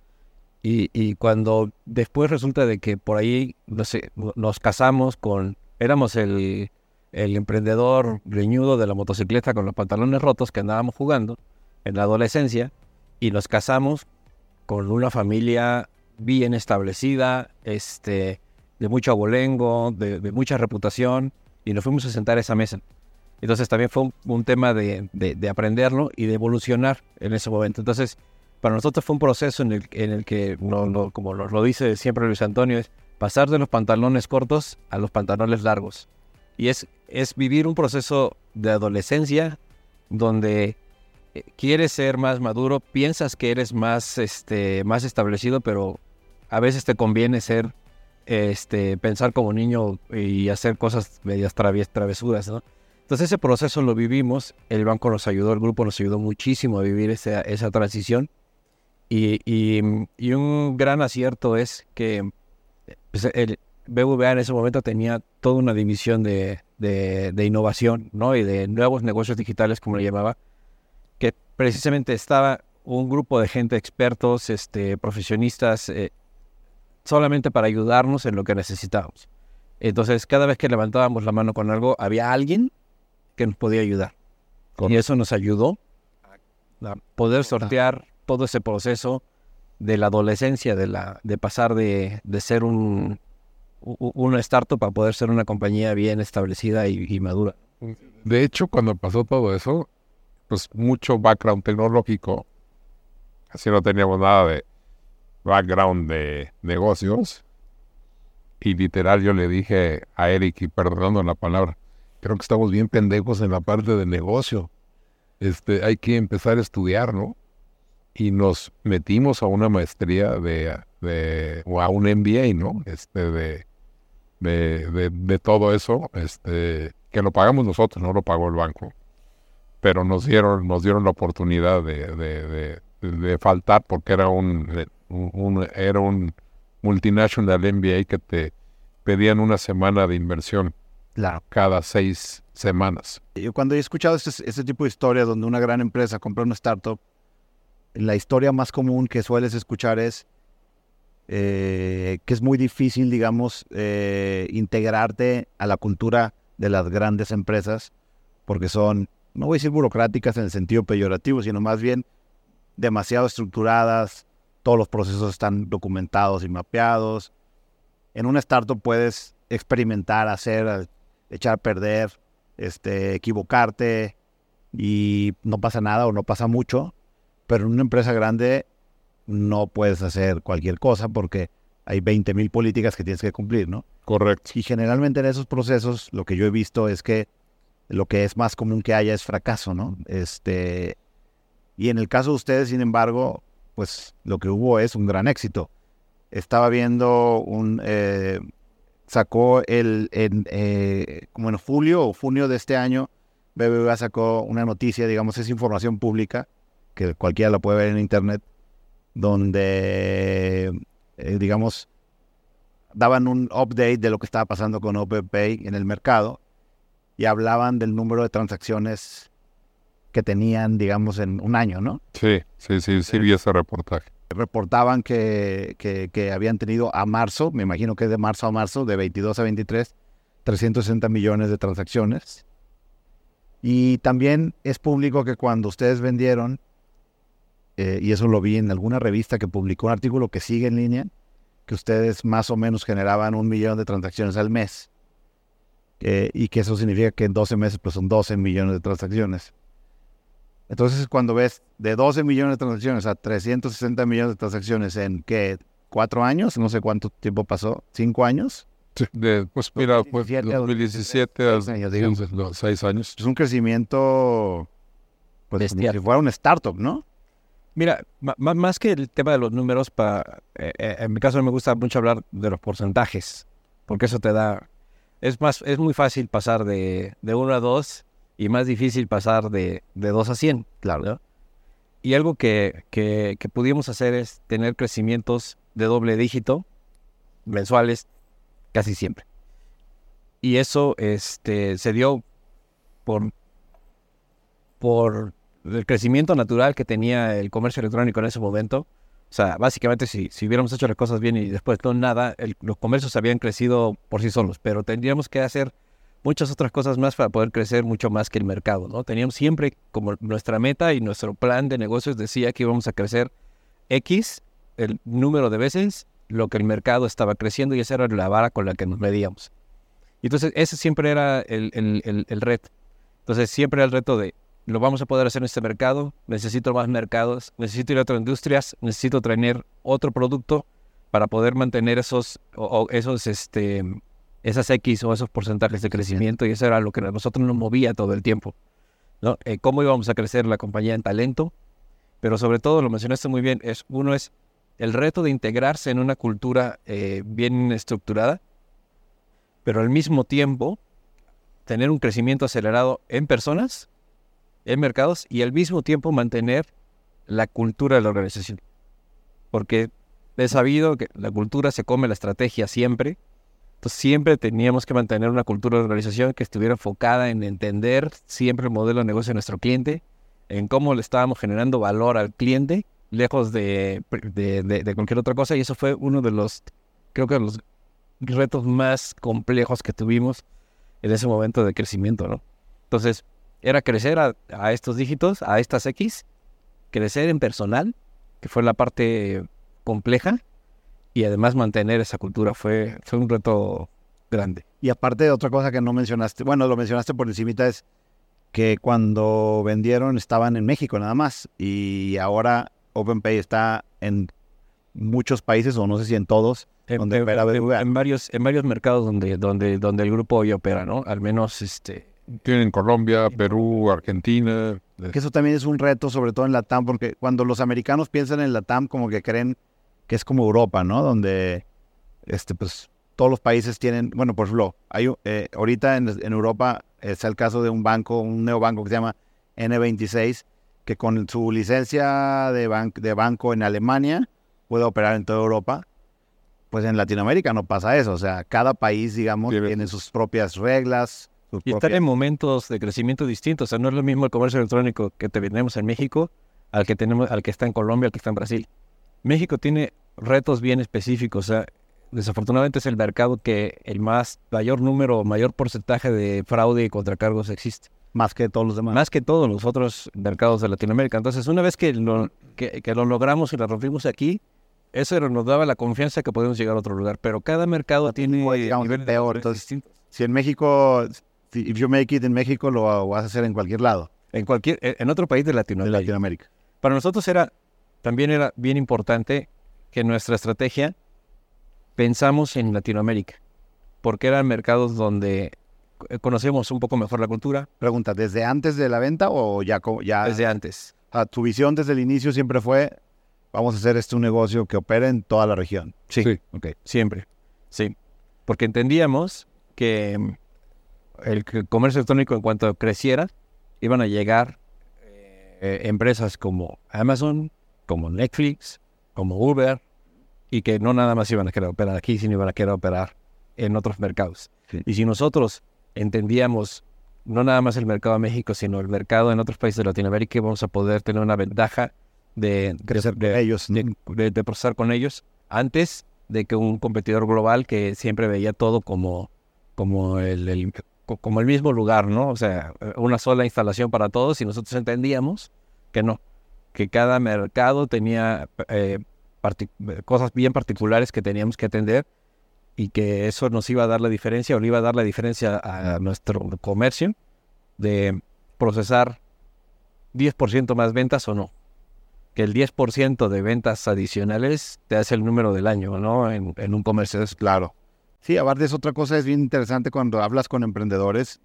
Y cuando después resulta de que por ahí, no sé, nos casamos éramos el emprendedor greñudo de la motocicleta con los pantalones rotos que andábamos jugando en la adolescencia y nos casamos con una familia bien establecida, de mucho abolengo, de mucha reputación, y nos fuimos a sentar a esa mesa. Entonces también fue un tema de aprenderlo y de evolucionar en ese momento. Entonces, para nosotros fue un proceso en el que, como nos lo dice siempre Luis Antonio, es pasar de los pantalones cortos a los pantalones largos. Y es vivir un proceso de adolescencia donde quieres ser más maduro, piensas que eres más establecido, pero a veces te conviene pensar como niño y hacer cosas medias travesuras, ¿no? Entonces ese proceso lo vivimos, el banco nos ayudó, el grupo nos ayudó muchísimo a vivir esa transición y un gran acierto es que pues, el BBVA en ese momento tenía toda una división de innovación, ¿no? Y de nuevos negocios digitales, como le llamaba, que precisamente estaba un grupo de gente, expertos, profesionistas, solamente para ayudarnos en lo que necesitábamos. Entonces, cada vez que levantábamos la mano con algo, había alguien que nos podía ayudar. Y eso nos ayudó a poder sortear todo ese proceso de la adolescencia, de pasar de ser una startup a poder ser una compañía bien establecida y madura. De hecho, cuando pasó todo eso, pues mucho background tecnológico, así no teníamos nada de background de negocios, y literal yo le dije a Eric, y perdonando la palabra, creo que estamos bien pendejos en la parte de negocio, hay que empezar a estudiar, ¿no? y nos metimos a una maestría o a un MBA, ¿no? De todo eso, que lo pagamos nosotros, no lo pagó el banco, pero nos dieron la oportunidad de faltar porque era un multinational MBA que te pedían una semana de inversión Claro. cada 6 semanas. Yo cuando he escuchado este tipo de historias donde una gran empresa compra una startup, la historia más común que sueles escuchar es que es muy difícil, digamos, integrarte a la cultura de las grandes empresas porque son, no voy a decir burocráticas en el sentido peyorativo, sino más bien demasiado estructuradas, todos los procesos están documentados y mapeados. En una startup puedes experimentar, hacer, echar a perder, equivocarte y no pasa nada o no pasa mucho, pero en una empresa grande no puedes hacer cualquier cosa porque hay 20,000 políticas que tienes que cumplir, ¿no? Correcto. Y generalmente en esos procesos lo que yo he visto es que lo que es más común que haya es fracaso, ¿no? Y en el caso de ustedes, sin embargo, pues lo que hubo es un gran éxito. Estaba viendo sacó como en julio o junio de este año, BBVA sacó una noticia, digamos, es información pública, que cualquiera la puede ver en internet, donde, digamos, daban un update de lo que estaba pasando con OpenPay en el mercado y hablaban del número de transacciones que tenían, digamos, en un año, ¿no? Sí, vi ese reportaje. Reportaban que habían tenido a marzo, me imagino que es de marzo a marzo, de 22 a 23, 360 millones de transacciones. Y también es público que cuando ustedes vendieron, y eso lo vi en alguna revista que publicó un artículo que sigue en línea, que ustedes más o menos generaban 1 millón de transacciones al mes. Y que eso significa que en 12 meses pues son 12 millones de transacciones. Entonces cuando ves de 12 millones de transacciones a 360 millones de transacciones en ¿qué? 4 años, no sé cuánto tiempo pasó, 5 años. Sí, pues mira, pues 2017 a 6 años. Es un crecimiento pues como si fuera una startup, ¿no? Mira, más que el tema de los números, en mi caso me gusta mucho hablar de los porcentajes, porque eso te da... Es muy fácil pasar de 1 a 2 y más difícil pasar de 2 a 100. Claro. ¿No? Y algo que pudimos hacer es tener crecimientos de doble dígito mensuales casi siempre. Y eso se dio por el crecimiento natural que tenía el comercio electrónico en ese momento. O sea, básicamente si hubiéramos hecho las cosas bien y después no nada, los comercios habían crecido por sí solos, pero tendríamos que hacer muchas otras cosas más para poder crecer mucho más que el mercado, ¿no? Teníamos siempre como nuestra meta y nuestro plan de negocios decía que íbamos a crecer X, el número de veces lo que el mercado estaba creciendo, y esa era la vara con la que nos medíamos. Y entonces ese siempre era el reto. Entonces siempre era el reto de lo vamos a poder hacer en este mercado, necesito más mercados, necesito ir a otras industrias, necesito tener otro producto para poder mantener esas X o esos porcentajes de crecimiento, y eso era lo que a nosotros nos movía todo el tiempo, ¿no? Cómo íbamos a crecer la compañía en talento, pero sobre todo, lo mencionaste muy bien, uno es el reto de integrarse en una cultura bien estructurada, pero al mismo tiempo tener un crecimiento acelerado en personas, en mercados, y al mismo tiempo mantener la cultura de la organización. Porque he sabido que la cultura se come la estrategia siempre. Entonces siempre teníamos que mantener una cultura de organización que estuviera enfocada en entender siempre el modelo de negocio de nuestro cliente, en cómo le estábamos generando valor al cliente, lejos de cualquier otra cosa. Y eso fue uno de los, creo que de los retos más complejos que tuvimos en ese momento de crecimiento, ¿no? Entonces, era crecer a estos dígitos, a estas X, crecer en personal, que fue la parte compleja, y además mantener esa cultura fue un reto grande. Y aparte de otra cosa que no mencionaste, bueno, lo mencionaste por encimita, es que cuando vendieron estaban en México nada más, y ahora OpenPay está en muchos países, o no sé si en todos, donde opera BBVA. En varios mercados donde el grupo hoy opera, ¿no? Al menos Tienen Colombia, Perú, Argentina. Que eso también es un reto, sobre todo en la TAM, porque cuando los americanos piensan en la TAM, como que creen que es como Europa, ¿no? Donde, pues, todos los países tienen, bueno, por ejemplo, ahorita en Europa está el caso de un neobanco que se llama N26, que con su licencia de banco en Alemania puede operar en toda Europa. Pues en Latinoamérica no pasa eso, o sea, cada país, digamos, tiene sus propias reglas. Y están en momentos de crecimiento distintos. O sea, no es lo mismo el comercio electrónico que tenemos en México al que está en Colombia, al que está en Brasil. México tiene retos bien específicos. O sea, desafortunadamente es el mercado que el mayor porcentaje de fraude y contracargos existe. Más que todos los demás. Más que todos los otros mercados de Latinoamérica. Entonces, una vez que lo logramos y lo rompimos aquí, eso nos daba la confianza que podemos llegar a otro lugar. Pero cada mercado tiene niveles peor. Entonces, distintos. Si en México, if you make it en México, lo vas a hacer en cualquier lado. En otro país de Latinoamérica. Para nosotros también era bien importante que nuestra estrategia pensamos en Latinoamérica, porque eran mercados donde conocemos un poco mejor la cultura. Pregunta, ¿desde antes de la venta o ya? Desde antes. Tu visión desde el inicio siempre fue, vamos a hacer un negocio que opere en toda la región. Sí. Okay. Siempre. Sí. Porque entendíamos que el comercio electrónico, en cuanto creciera, iban a llegar empresas como Amazon, como Netflix, como Uber, y que no nada más iban a querer operar aquí, sino iban a querer operar en otros mercados. Sí. Y si nosotros entendíamos no nada más el mercado de México, sino el mercado en otros países de Latinoamérica, vamos a poder tener una ventaja de procesar con ellos antes de que un competidor global que siempre veía todo como el mismo lugar, ¿no? O sea, una sola instalación para todos, y nosotros entendíamos que no, que cada mercado tenía cosas bien particulares que teníamos que atender, y que eso nos iba a dar la diferencia, o le iba a dar la diferencia a nuestro comercio de procesar 10% más ventas o no. Que el 10% de ventas adicionales te hace el número del año, ¿no? En un comercio. Es claro. Sí, aparte es otra cosa, es bien interesante cuando hablas con emprendedores,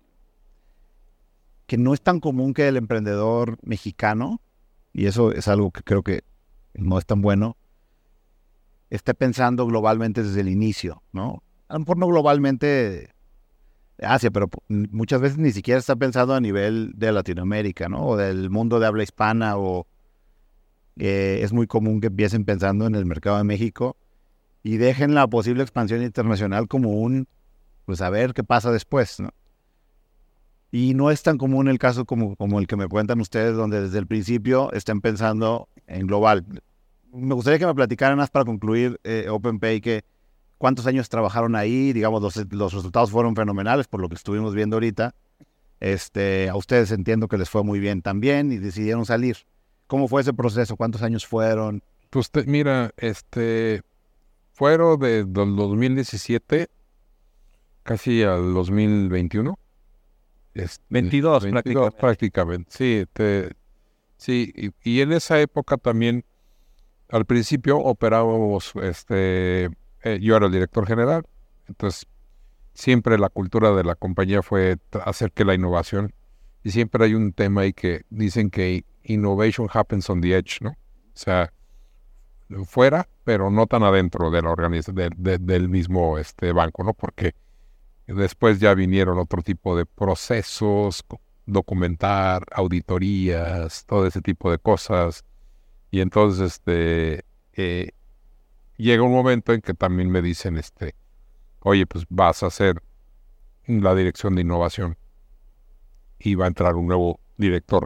que no es tan común que el emprendedor mexicano, y eso es algo que creo que no es tan bueno, esté pensando globalmente desde el inicio, ¿no? A lo mejor no globalmente de Asia, pero muchas veces ni siquiera está pensando a nivel de Latinoamérica, ¿no? O del mundo de habla hispana, o es muy común que empiecen pensando en el mercado de México y dejen la posible expansión internacional como pues a ver qué pasa después, ¿no? Y no es tan común el caso como el que me cuentan ustedes, donde desde el principio estén pensando en global. Me gustaría que me platicaran más para concluir, OpenPay, que cuántos años trabajaron ahí. Digamos, los resultados fueron fenomenales por lo que estuvimos viendo ahorita. A ustedes entiendo que les fue muy bien también y decidieron salir. ¿Cómo fue ese proceso? ¿Cuántos años fueron? Pues mira, fueron del 2017 casi al 2021. 22 prácticamente. Sí, sí, y en esa época también, al principio operábamos, yo era el director general, entonces siempre la cultura de la compañía fue hacer que la innovación, y siempre hay un tema ahí que dicen que innovation happens on the edge, ¿no? O sea, fuera, pero no tan adentro de la organización del mismo banco, ¿no? Porque después ya vinieron otro tipo de procesos, documentar, auditorías, todo ese tipo de cosas. Y entonces llega un momento en que también me dicen, oye, pues vas a hacer la dirección de innovación y va a entrar un nuevo director,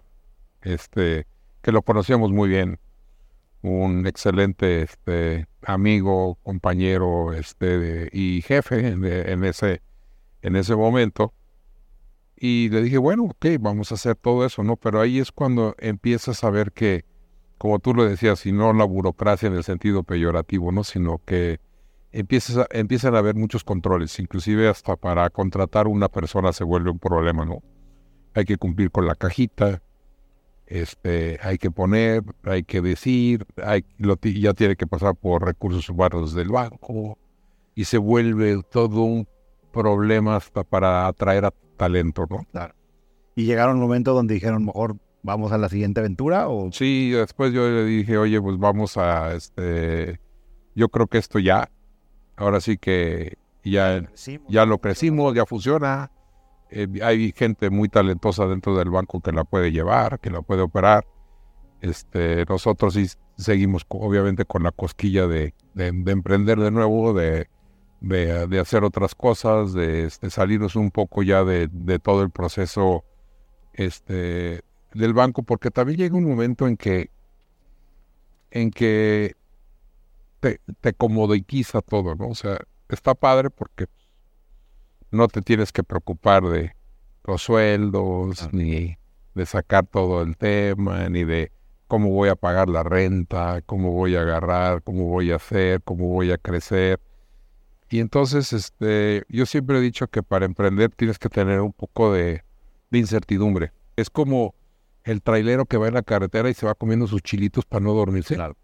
que lo conocíamos muy bien, un excelente amigo, compañero, y jefe en ese momento. Y le dije, bueno, ok, vamos a hacer todo eso, ¿no? Pero ahí es cuando empiezas a ver que, como tú lo decías, y no la burocracia en el sentido peyorativo, ¿no? Sino que empiezan a haber muchos controles, inclusive hasta para contratar una persona se vuelve un problema, ¿no? Hay que cumplir con la cajita, hay que poner, hay que decir, ya tiene que pasar por recursos humanos del banco, y se vuelve todo un problema hasta para atraer a talento, ¿no? Claro. Y llegaron un momento donde dijeron, mejor ¿Vamos a la siguiente aventura? O... Sí, después yo le dije, oye, pues vamos a, yo creo que esto ya, ahora sí que ya lo crecimos, ya funciona. Hay gente muy talentosa dentro del banco que la puede llevar, que la puede operar. Nosotros sí seguimos obviamente con la cosquilla de emprender de nuevo, de hacer otras cosas, de salirnos un poco ya de todo el proceso del banco, porque también llega un momento en que te comodiquiza todo, ¿no? O sea, está padre porque no te tienes que preocupar de los sueldos, ni de sacar todo el tema, ni de cómo voy a pagar la renta, cómo voy a agarrar, cómo voy a hacer, cómo voy a crecer. Y entonces, yo siempre he dicho que para emprender tienes que tener un poco de incertidumbre. Es como el trailero que va en la carretera y se va comiendo sus chilitos para no dormirse. Claro.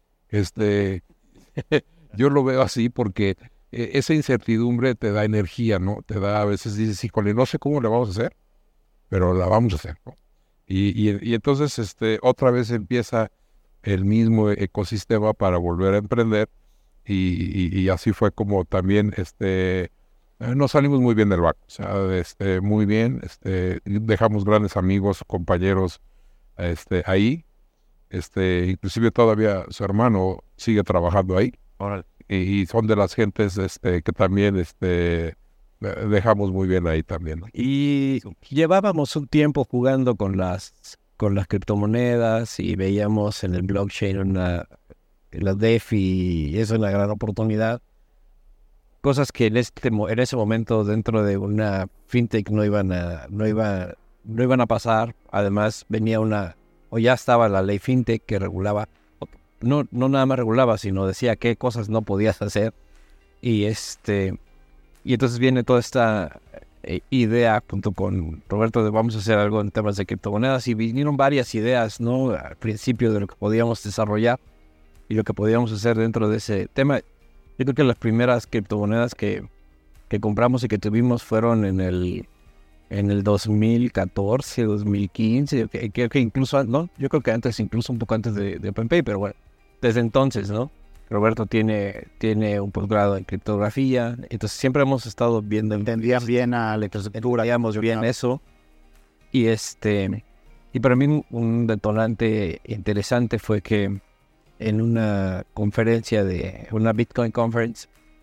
Yo lo veo así porque esa incertidumbre te da energía, ¿no? Te da, a veces dices, híjole, no sé cómo le vamos a hacer, pero la vamos a hacer, ¿no? Y entonces otra vez empieza el mismo ecosistema para volver a emprender y así fue como también nos salimos muy bien del banco, o sea, muy bien, dejamos grandes amigos, compañeros ahí, inclusive todavía su hermano sigue trabajando ahí. Órale. Y son de las gentes que también dejamos muy bien ahí también, ¿no? Y llevábamos un tiempo jugando con las criptomonedas y veíamos en el blockchain la DeFi, y es una gran oportunidad. Cosas que en ese momento dentro de una fintech no iban a pasar. Además venía o ya estaba la ley fintech que regulaba, no nada más regulaba, sino decía qué cosas no podías hacer. Y entonces viene toda esta idea junto con Roberto de vamos a hacer algo en temas de criptomonedas, y vinieron varias ideas, ¿no? Al principio de lo que podíamos desarrollar y lo que podíamos hacer dentro de ese tema. Yo creo que las primeras criptomonedas que compramos y que tuvimos fueron en el 2014, 2015, creo que incluso, ¿no? Yo creo que antes, incluso un poco antes de OpenPay, pero bueno, desde entonces, ¿no? Roberto tiene un posgrado en criptografía, entonces siempre hemos estado viendo... Entendías bien a la infraestructura. Entendíamos bien eso. Y para mí un detonante interesante fue que en una conferencia una Bitcoin Conference,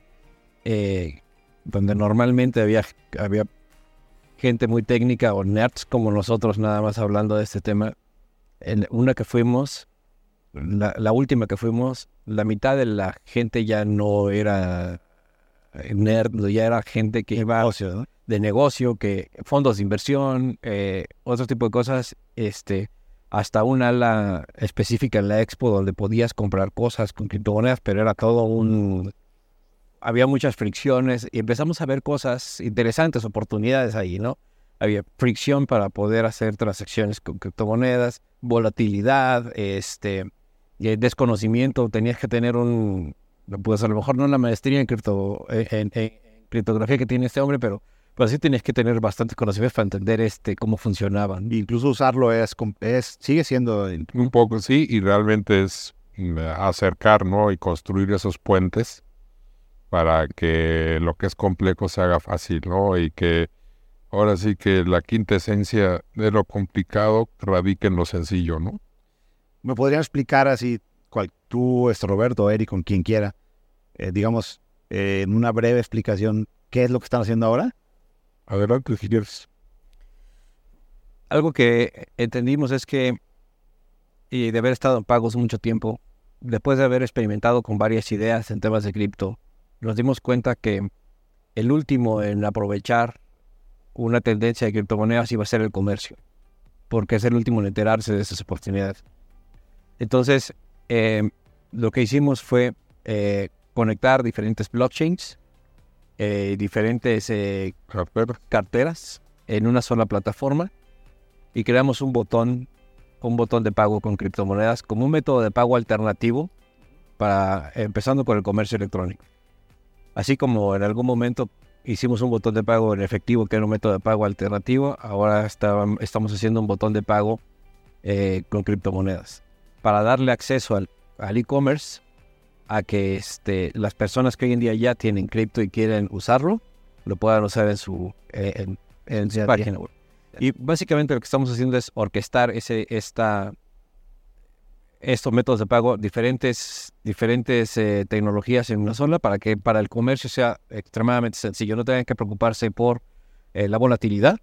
donde normalmente había gente muy técnica o nerds como nosotros nada más hablando de este tema, en una que fuimos, la última que fuimos, la mitad de la gente ya no era nerd, ya era gente que iba de negocio, que fondos de inversión, otro tipo de cosas, hasta un ala específica en la expo donde podías comprar cosas con criptomonedas, pero era había muchas fricciones y empezamos a ver cosas interesantes, oportunidades ahí, ¿no? Había fricción para poder hacer transacciones con criptomonedas, volatilidad, desconocimiento. Tenías que tener pues a lo mejor no una maestría en criptografía que tiene este hombre, pero sí tenías que tener bastantes conocimientos para entender cómo funcionaban. Incluso usarlo sigue siendo... Un poco, sí, y realmente es acercar, ¿no? Y construir esos puentes para que lo que es complejo se haga fácil, ¿no? Y que ahora sí que la quinta esencia de lo complicado radica en lo sencillo, ¿no? ¿Me podrían explicar así, tú, Roberto, Eric, con quien quiera, digamos, en una breve explicación, qué es lo que están haciendo ahora? Adelante, si quieres. Algo que entendimos es que, y de haber estado en pagos mucho tiempo, después de haber experimentado con varias ideas en temas de cripto, nos dimos cuenta que el último en aprovechar una tendencia de criptomonedas iba a ser el comercio, porque es el último en enterarse de esas oportunidades. Entonces, lo que hicimos fue conectar diferentes blockchains, diferentes carteras en una sola plataforma, y creamos un botón de pago con criptomonedas como un método de pago alternativo empezando con el comercio electrónico. Así como en algún momento hicimos un botón de pago en efectivo que era un método de pago alternativo, ahora estamos haciendo un botón de pago con criptomonedas, para darle acceso al e-commerce, a que las personas que hoy en día ya tienen cripto y quieren usarlo, lo puedan usar en su página web. Y básicamente lo que estamos haciendo es orquestar estos métodos de pago, diferentes tecnologías en una sola, para que para el comercio sea extremadamente sencillo. No tengan que preocuparse por la volatilidad,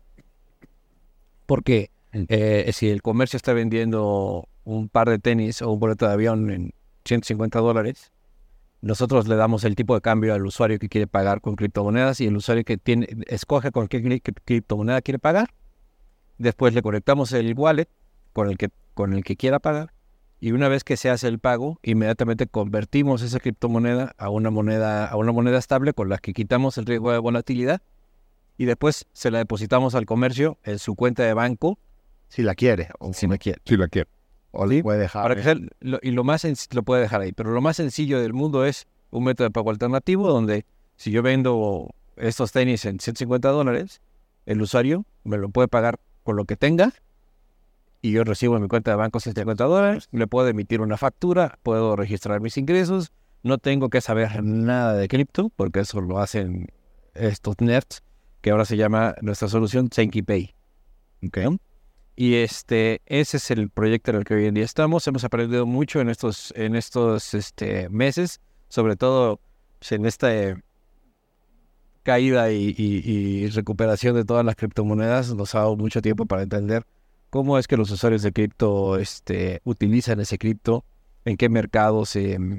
porque si el comercio está vendiendo un par de tenis o un boleto de avión en $150, nosotros le damos el tipo de cambio al usuario que quiere pagar con criptomonedas, y el usuario que escoge con qué criptomoneda quiere pagar. Después le conectamos el wallet con el que quiera pagar, y una vez que se hace el pago, inmediatamente convertimos esa criptomoneda a una moneda estable con la que quitamos el riesgo de volatilidad, y después se la depositamos al comercio en su cuenta de banco. Si la quiere. Si la quiere. Si la quiere. O ¿Sí? la puede dejar. Para que sea, lo puede dejar ahí. Pero lo más sencillo del mundo es un método de pago alternativo, donde si yo vendo estos tenis en $150, el usuario me lo puede pagar con lo que tenga, y yo recibo en mi cuenta de banco $150, le puedo emitir una factura, puedo registrar mis ingresos, no tengo que saber nada de cripto, porque eso lo hacen estos nerds, que ahora se llama nuestra solución SenkiPay. Okay. ¿No? Y ese es el proyecto en el que hoy en día estamos. Hemos aprendido mucho en estos meses, sobre todo en esta caída y recuperación de todas las criptomonedas. Nos ha dado mucho tiempo para entender cómo es que los usuarios de cripto utilizan ese cripto, en qué mercados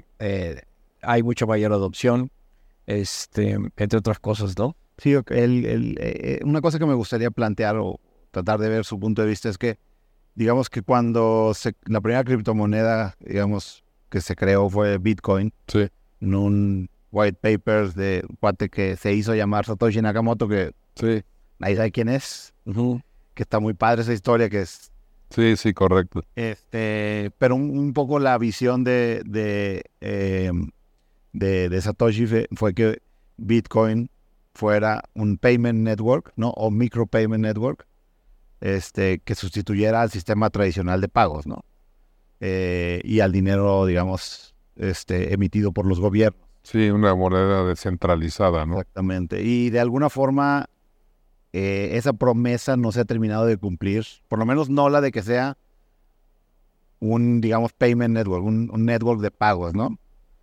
hay mucha mayor adopción, entre otras cosas, ¿no? Sí, una cosa que me gustaría plantear o tratar de ver su punto de vista es que, digamos que cuando la primera criptomoneda, digamos, que se creó fue Bitcoin, Sí. en un white paper de un cuate que se hizo llamar Satoshi Nakamoto, que Sí. nadie sabe quién es, Uh-huh. que está muy padre esa historia, que es Sí, correcto. pero un poco la visión de Satoshi fue que Bitcoin fuera un payment network, ¿no? O micro payment network, que sustituyera al sistema tradicional de pagos, ¿no? Y al dinero, digamos, emitido por los gobiernos. Sí, una moneda descentralizada, ¿no? Exactamente. Y de alguna forma esa promesa no se ha terminado de cumplir, por lo menos no la de que sea un, digamos, payment network, un network de pagos, ¿no?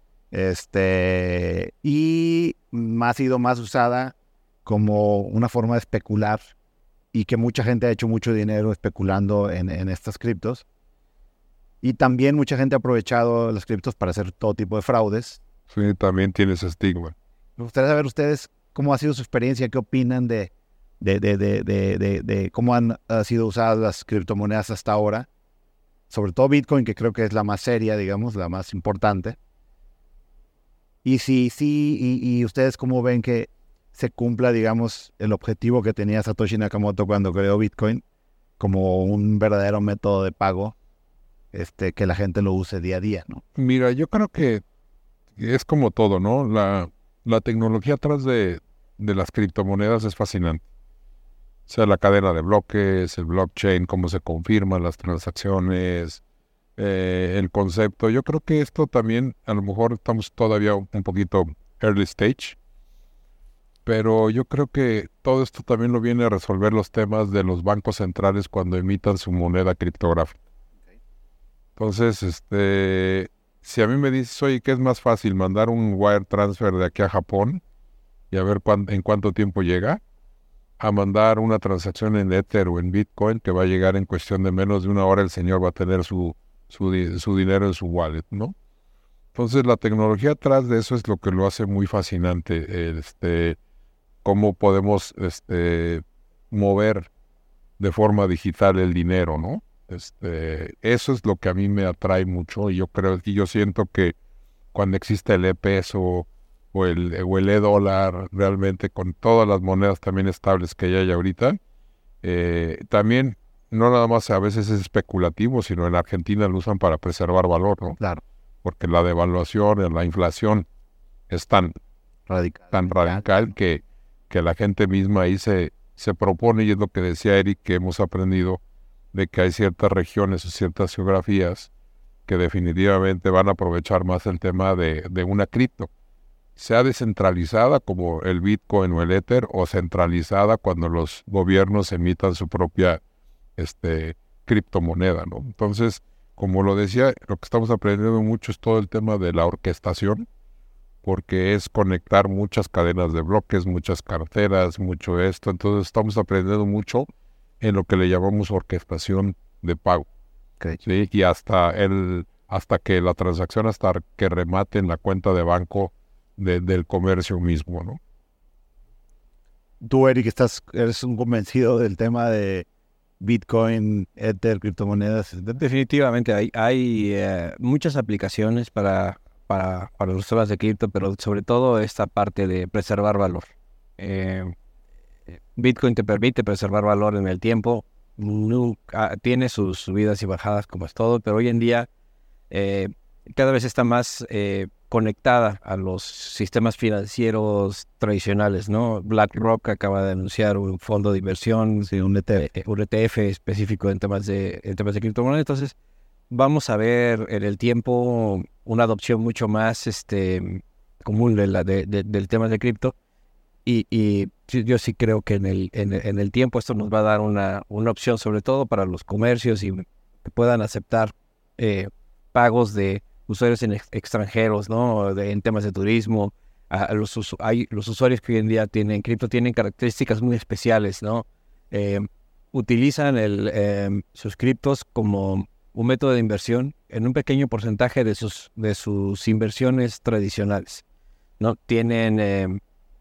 Y ha sido más usada como una forma de especular, y que mucha gente ha hecho mucho dinero especulando en estas criptos. Y también mucha gente ha aprovechado las criptos para hacer todo tipo de fraudes. Sí, también tiene ese estigma. Me gustaría saber ustedes cómo ha sido su experiencia, qué opinan de cómo han sido usadas las criptomonedas hasta ahora, sobre todo Bitcoin, que creo que es la más seria, digamos, la más importante. Y y ustedes cómo ven que se cumpla, digamos, el objetivo que tenía Satoshi Nakamoto cuando creó Bitcoin como un verdadero método de pago, que la gente lo use día a día, ¿no? Mira, yo creo que es como todo, ¿no? La tecnología atrás de las criptomonedas es fascinante. O sea, la cadena de bloques, el blockchain, cómo se confirman las transacciones, el concepto. Yo creo que esto también, a lo mejor estamos todavía un poquito early stage, pero yo creo que todo esto también lo viene a resolver los temas de los bancos centrales cuando emitan su moneda criptográfica. Entonces, si a mí me dices, oye, ¿qué es más fácil? ¿Mandar un wire transfer de aquí a Japón y a ver en cuánto tiempo llega? A mandar una transacción en Ether o en Bitcoin que va a llegar en cuestión de menos de una hora, el señor va a tener su dinero en su wallet, ¿no? Entonces, la tecnología atrás de eso es lo que lo hace muy fascinante. Cómo podemos mover de forma digital el dinero, ¿no? Eso es lo que a mí me atrae mucho, y yo siento que cuando existe el e-peso o el e-dólar, realmente con todas las monedas también estables que hay ahorita, también no nada más a veces es especulativo, sino en Argentina lo usan para preservar valor, ¿no? Claro. Porque la devaluación, la inflación es tan radical que la gente misma ahí se propone, y es lo que decía Eric, que hemos aprendido de que hay ciertas regiones o ciertas geografías que definitivamente van a aprovechar más el tema de una cripto, sea descentralizada como el Bitcoin o el Ether, o centralizada cuando los gobiernos emitan su propia criptomoneda, ¿no? Entonces, como lo decía, lo que estamos aprendiendo mucho es todo el tema de la orquestación, porque es conectar muchas cadenas de bloques, muchas carteras, mucho esto. Entonces estamos aprendiendo mucho en lo que le llamamos orquestación de pago. Okay. ¿Sí? Y hasta que la transacción, hasta que remate en la cuenta de banco del comercio mismo, ¿no? Tú, Eric, eres un convencido del tema de Bitcoin, Ether, criptomonedas. Definitivamente hay muchas aplicaciones para los temas de cripto, pero sobre todo esta parte de preservar valor. Bitcoin te permite preservar valor en el tiempo. Tiene sus subidas y bajadas como es todo, pero hoy en día cada vez está más conectada a los sistemas financieros tradicionales, ¿no? BlackRock acaba de anunciar un fondo de inversión, sí, un ETF específico en temas de criptomonedas. Entonces, vamos a ver en el tiempo una adopción mucho más común del tema de cripto. Y yo sí creo que en el tiempo esto nos va a dar una opción, sobre todo para los comercios, y que puedan aceptar pagos de usuarios extranjeros, ¿no? En temas de turismo. Los usuarios que hoy en día tienen cripto tienen características muy especiales, ¿no? Utilizan sus criptos como un método de inversión en un pequeño porcentaje de sus inversiones tradicionales, ¿no? Tienen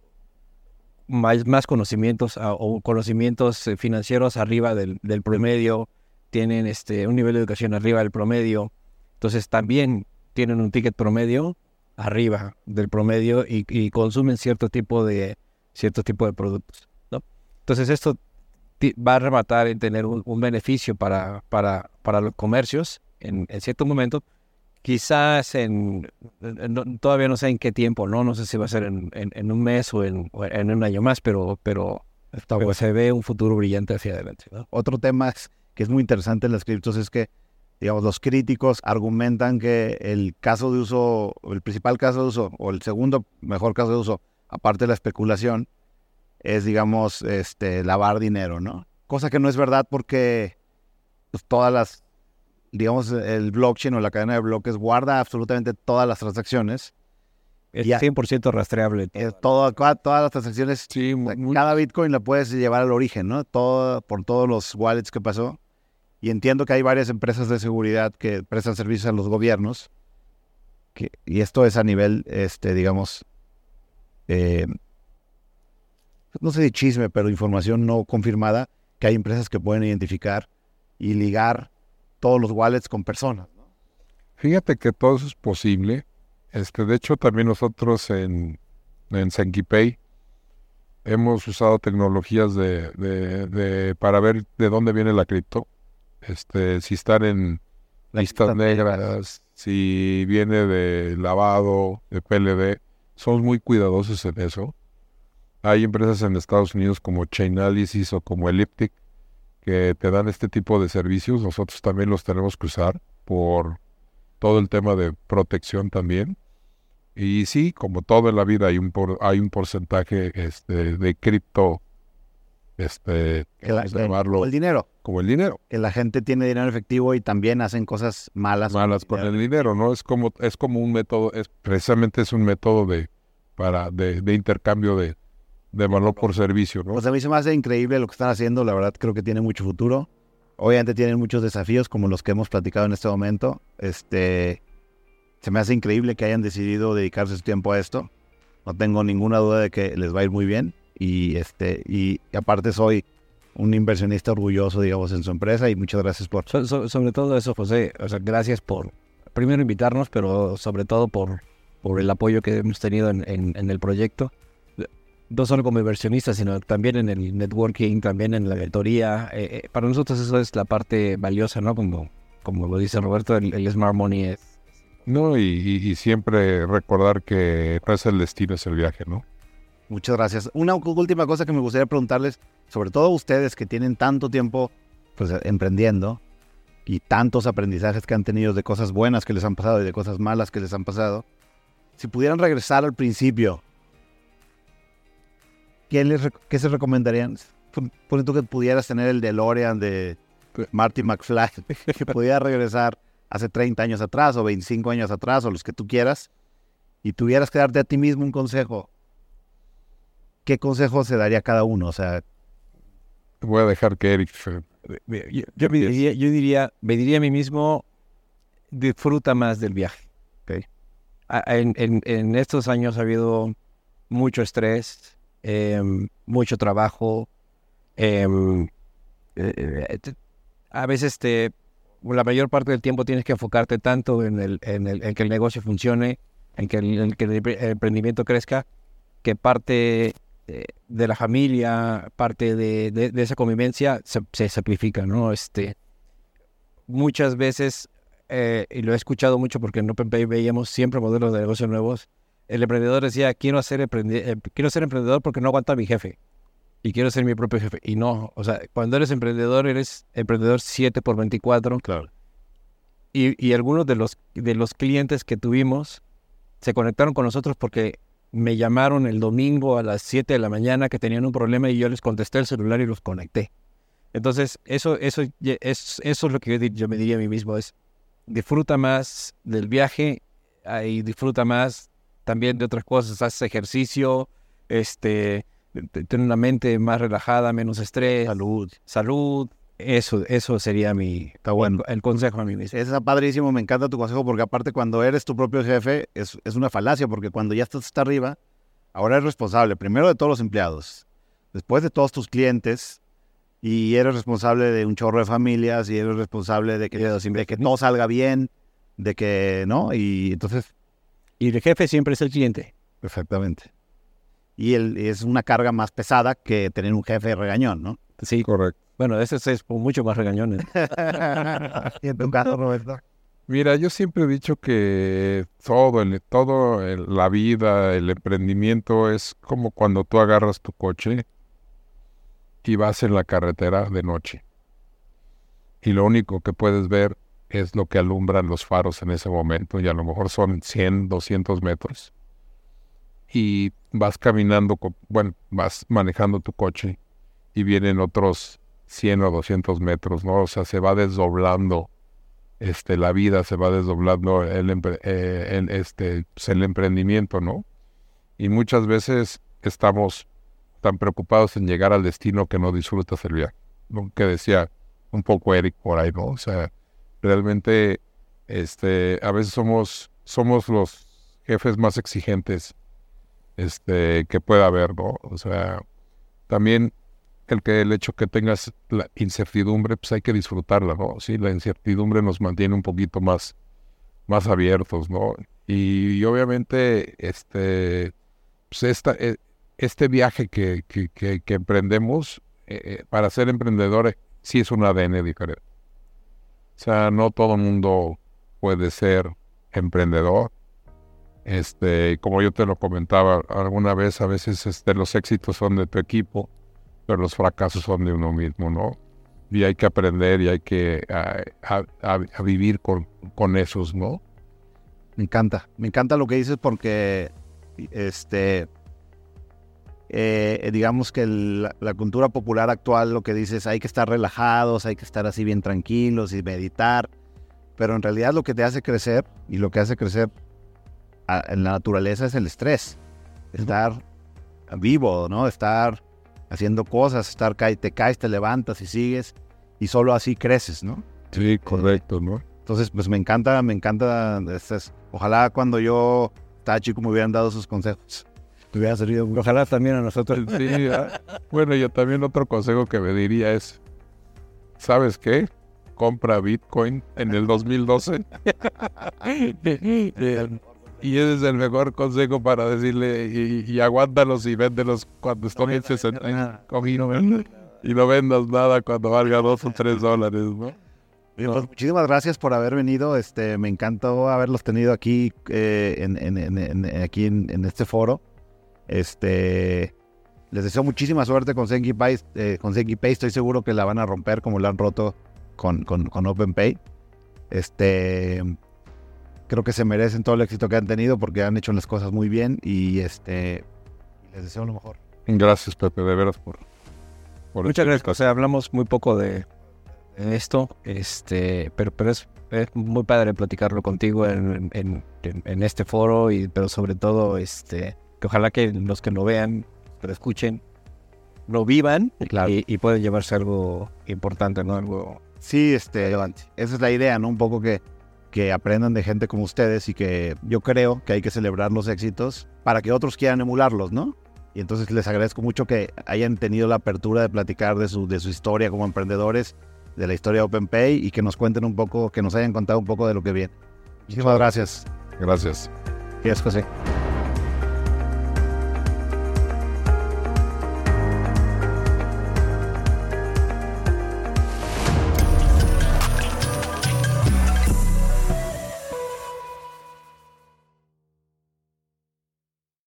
más conocimientos o conocimientos financieros arriba del promedio, tienen un nivel de educación arriba del promedio, entonces también tienen un ticket promedio arriba del promedio y consumen cierto tipo de productos, ¿no? Entonces esto va a rematar en tener un beneficio para los comercios en cierto momento. Quizás todavía no sé en qué tiempo, no sé si va a ser en un mes o en un año más, pero se ve un futuro brillante hacia adelante, ¿no? Otro tema que es muy interesante en las criptos es que, digamos, los críticos argumentan que el principal caso de uso, o el segundo mejor caso de uso, aparte de la especulación, es, digamos, lavar dinero, ¿no? Cosa que no es verdad, porque pues, digamos, el blockchain o la cadena de bloques guarda absolutamente todas las transacciones. Es 100% rastreable. Todas las transacciones, Sí, cada Bitcoin la puedes llevar al origen, ¿no? Por todos los wallets que pasó. Y entiendo que hay varias empresas de seguridad que prestan servicios a los gobiernos. Y esto es a nivel, digamos, no sé de chisme, pero información no confirmada, que hay empresas que pueden identificar y ligar todos los wallets con personas, ¿no? Fíjate que todo eso es posible. De hecho, también nosotros en SenkiPay hemos usado tecnologías para ver de dónde viene la cripto. Si están en listas negras, si viene de lavado, de PLD. Somos muy cuidadosos en eso. Hay empresas en Estados Unidos como Chainalysis o como Elliptic que te dan este tipo de servicios. Nosotros también los tenemos que usar por todo el tema de protección también. Y sí, como todo en la vida, hay un porcentaje de cripto, como el dinero. Como el dinero. Que la gente tiene dinero en efectivo y también hacen cosas malas con el dinero, ¿no? Es como un método, precisamente es un método de intercambio de valor por servicio, ¿no? Pues a mí se me hace increíble lo que están haciendo. La verdad, creo que tiene mucho futuro. Obviamente tienen muchos desafíos como los que hemos platicado en este momento. Se me hace increíble que hayan decidido dedicarse su tiempo a esto. No tengo ninguna duda de que les va a ir muy bien. Y aparte soy un inversionista orgulloso, digamos, en su empresa, y muchas gracias por... Sobre todo eso, José, o sea, gracias por primero invitarnos, pero sobre todo por el apoyo que hemos tenido en el proyecto. No solo como inversionistas, sino también en el networking, también en la mentoría. Para nosotros eso es la parte valiosa, ¿no? Como lo dice Roberto, el Smart Money es... No, y siempre recordar que no es el destino, es el viaje, ¿no? Muchas gracias. Una última cosa que me gustaría preguntarles, sobre todo ustedes que tienen tanto tiempo pues emprendiendo y tantos aprendizajes que han tenido de cosas buenas que les han pasado y de cosas malas que les han pasado, si pudieran regresar al principio, ¿qué se recomendarían? Por tú que pudieras tener el DeLorean de Marty McFly, que pudiera regresar hace 30 años atrás o 25 años atrás o los que tú quieras, y tuvieras que darte a ti mismo un consejo, ¿qué consejo se daría a cada uno? O sea, voy a dejar que Eric... Yo me diría a mí mismo, disfruta más del viaje. Okay. En estos años ha habido mucho estrés, mucho trabajo. A veces la mayor parte del tiempo tienes que enfocarte tanto en que el negocio funcione, en que el emprendimiento crezca, que parte de la familia, parte de esa convivencia se sacrifica, ¿no? Muchas veces, y lo he escuchado mucho porque en OpenPay veíamos siempre modelos de negocios nuevos, el emprendedor decía, quiero ser emprendedor porque no aguanto a mi jefe y quiero ser mi propio jefe. Y no, o sea, cuando eres emprendedor 7x24. Claro. Y algunos de los clientes que tuvimos se conectaron con nosotros porque me llamaron el domingo a las 7 de la mañana que tenían un problema y yo les contesté el celular y los conecté. Entonces, eso es lo que yo me diría a mí mismo, es disfruta más del viaje y disfruta más también de otras cosas, haz ejercicio, ten una mente más relajada, menos estrés. Salud. Eso sería Está bueno. el consejo a mí mismo. Está padrísimo, me encanta tu consejo, porque aparte cuando eres tu propio jefe es una falacia, porque cuando ya estás hasta arriba, ahora eres responsable, primero de todos los empleados, después de todos tus clientes, y eres responsable de un chorro de familias, y eres responsable de que todo salga bien, de que, ¿no? Y entonces... Y el jefe siempre es el cliente. Exactamente. Y es una carga más pesada que tener un jefe regañón, ¿no? Sí, correcto. Bueno, ese es mucho más regañones. ¿Y en tu caso, Roberto? Mira, yo siempre he dicho que la vida, el emprendimiento es como cuando tú agarras tu coche y vas en la carretera de noche. Y lo único que puedes ver es lo que alumbran los faros en ese momento, y a lo mejor son 100, 200 metros. Y vas caminando, vas manejando tu coche y vienen otros 100 o 200 metros, ¿no? O sea, se va desdoblando la vida, se va desdoblando el emprendimiento, ¿no? Y muchas veces estamos tan preocupados en llegar al destino que no disfrutas el viaje, ¿no? Que decía un poco Eric por ahí, ¿no? O sea, realmente a veces somos los jefes más exigentes que pueda haber, ¿no? O sea, también el hecho que tengas la incertidumbre, pues hay que disfrutarla, ¿no? Sí, la incertidumbre nos mantiene un poquito más abiertos, ¿no? Y obviamente, pues este viaje que emprendemos, para ser emprendedor, sí es un ADN diferente. O sea, no todo el mundo puede ser emprendedor. Como yo te lo comentaba alguna vez, a veces los éxitos son de tu equipo, pero los fracasos son de uno mismo, ¿no? Y hay que aprender y hay que a vivir con esos, ¿no? Me encanta lo que dices porque, digamos que la cultura popular actual lo que dice es hay que estar relajados, hay que estar así bien tranquilos y meditar, pero en realidad lo que te hace crecer y lo que hace crecer en la naturaleza es el estrés, estar vivo, ¿no? Estar haciendo cosas, te caes, te levantas y sigues, y solo así creces, ¿no? Sí, correcto, ¿no? Entonces, pues me encanta, ojalá cuando yo estaba chico me hubieran dado esos consejos. Me hubiera servido mucho. Ojalá también a nosotros. Sí, bueno, yo también otro consejo que me diría es, ¿sabes qué? Compra Bitcoin en el 2012. Y ese es el mejor consejo para decirle, y aguántalos y véndelos cuando estén en 60. Y no vendas nada cuando valga $2 o $3, ¿no? Pues muchísimas gracias por haber venido. Me encantó haberlos tenido aquí aquí en este foro. Les deseo muchísima suerte con Zenki Pay. Estoy seguro que la van a romper como la han roto con OpenPay. Creo que se merecen todo el éxito que han tenido porque han hecho las cosas muy bien y les deseo lo mejor. Gracias, Pepe, de veras por Muchas gracias. O sea, hablamos muy poco de esto, pero es muy padre platicarlo contigo en este foro, pero sobre todo que ojalá que los que lo vean, lo escuchen, lo vivan, Claro. y pueden llevarse algo importante, ¿no? Algo Sí, relevante. esa es la idea, ¿no? Un poco que aprendan de gente como ustedes y que yo creo que hay que celebrar los éxitos para que otros quieran emularlos, ¿no? Y entonces les agradezco mucho que hayan tenido la apertura de platicar de su historia como emprendedores, de la historia de OpenPay y que nos cuenten un poco, que nos hayan contado un poco de lo que viene. Muchísimas gracias. Gracias. Gracias, José.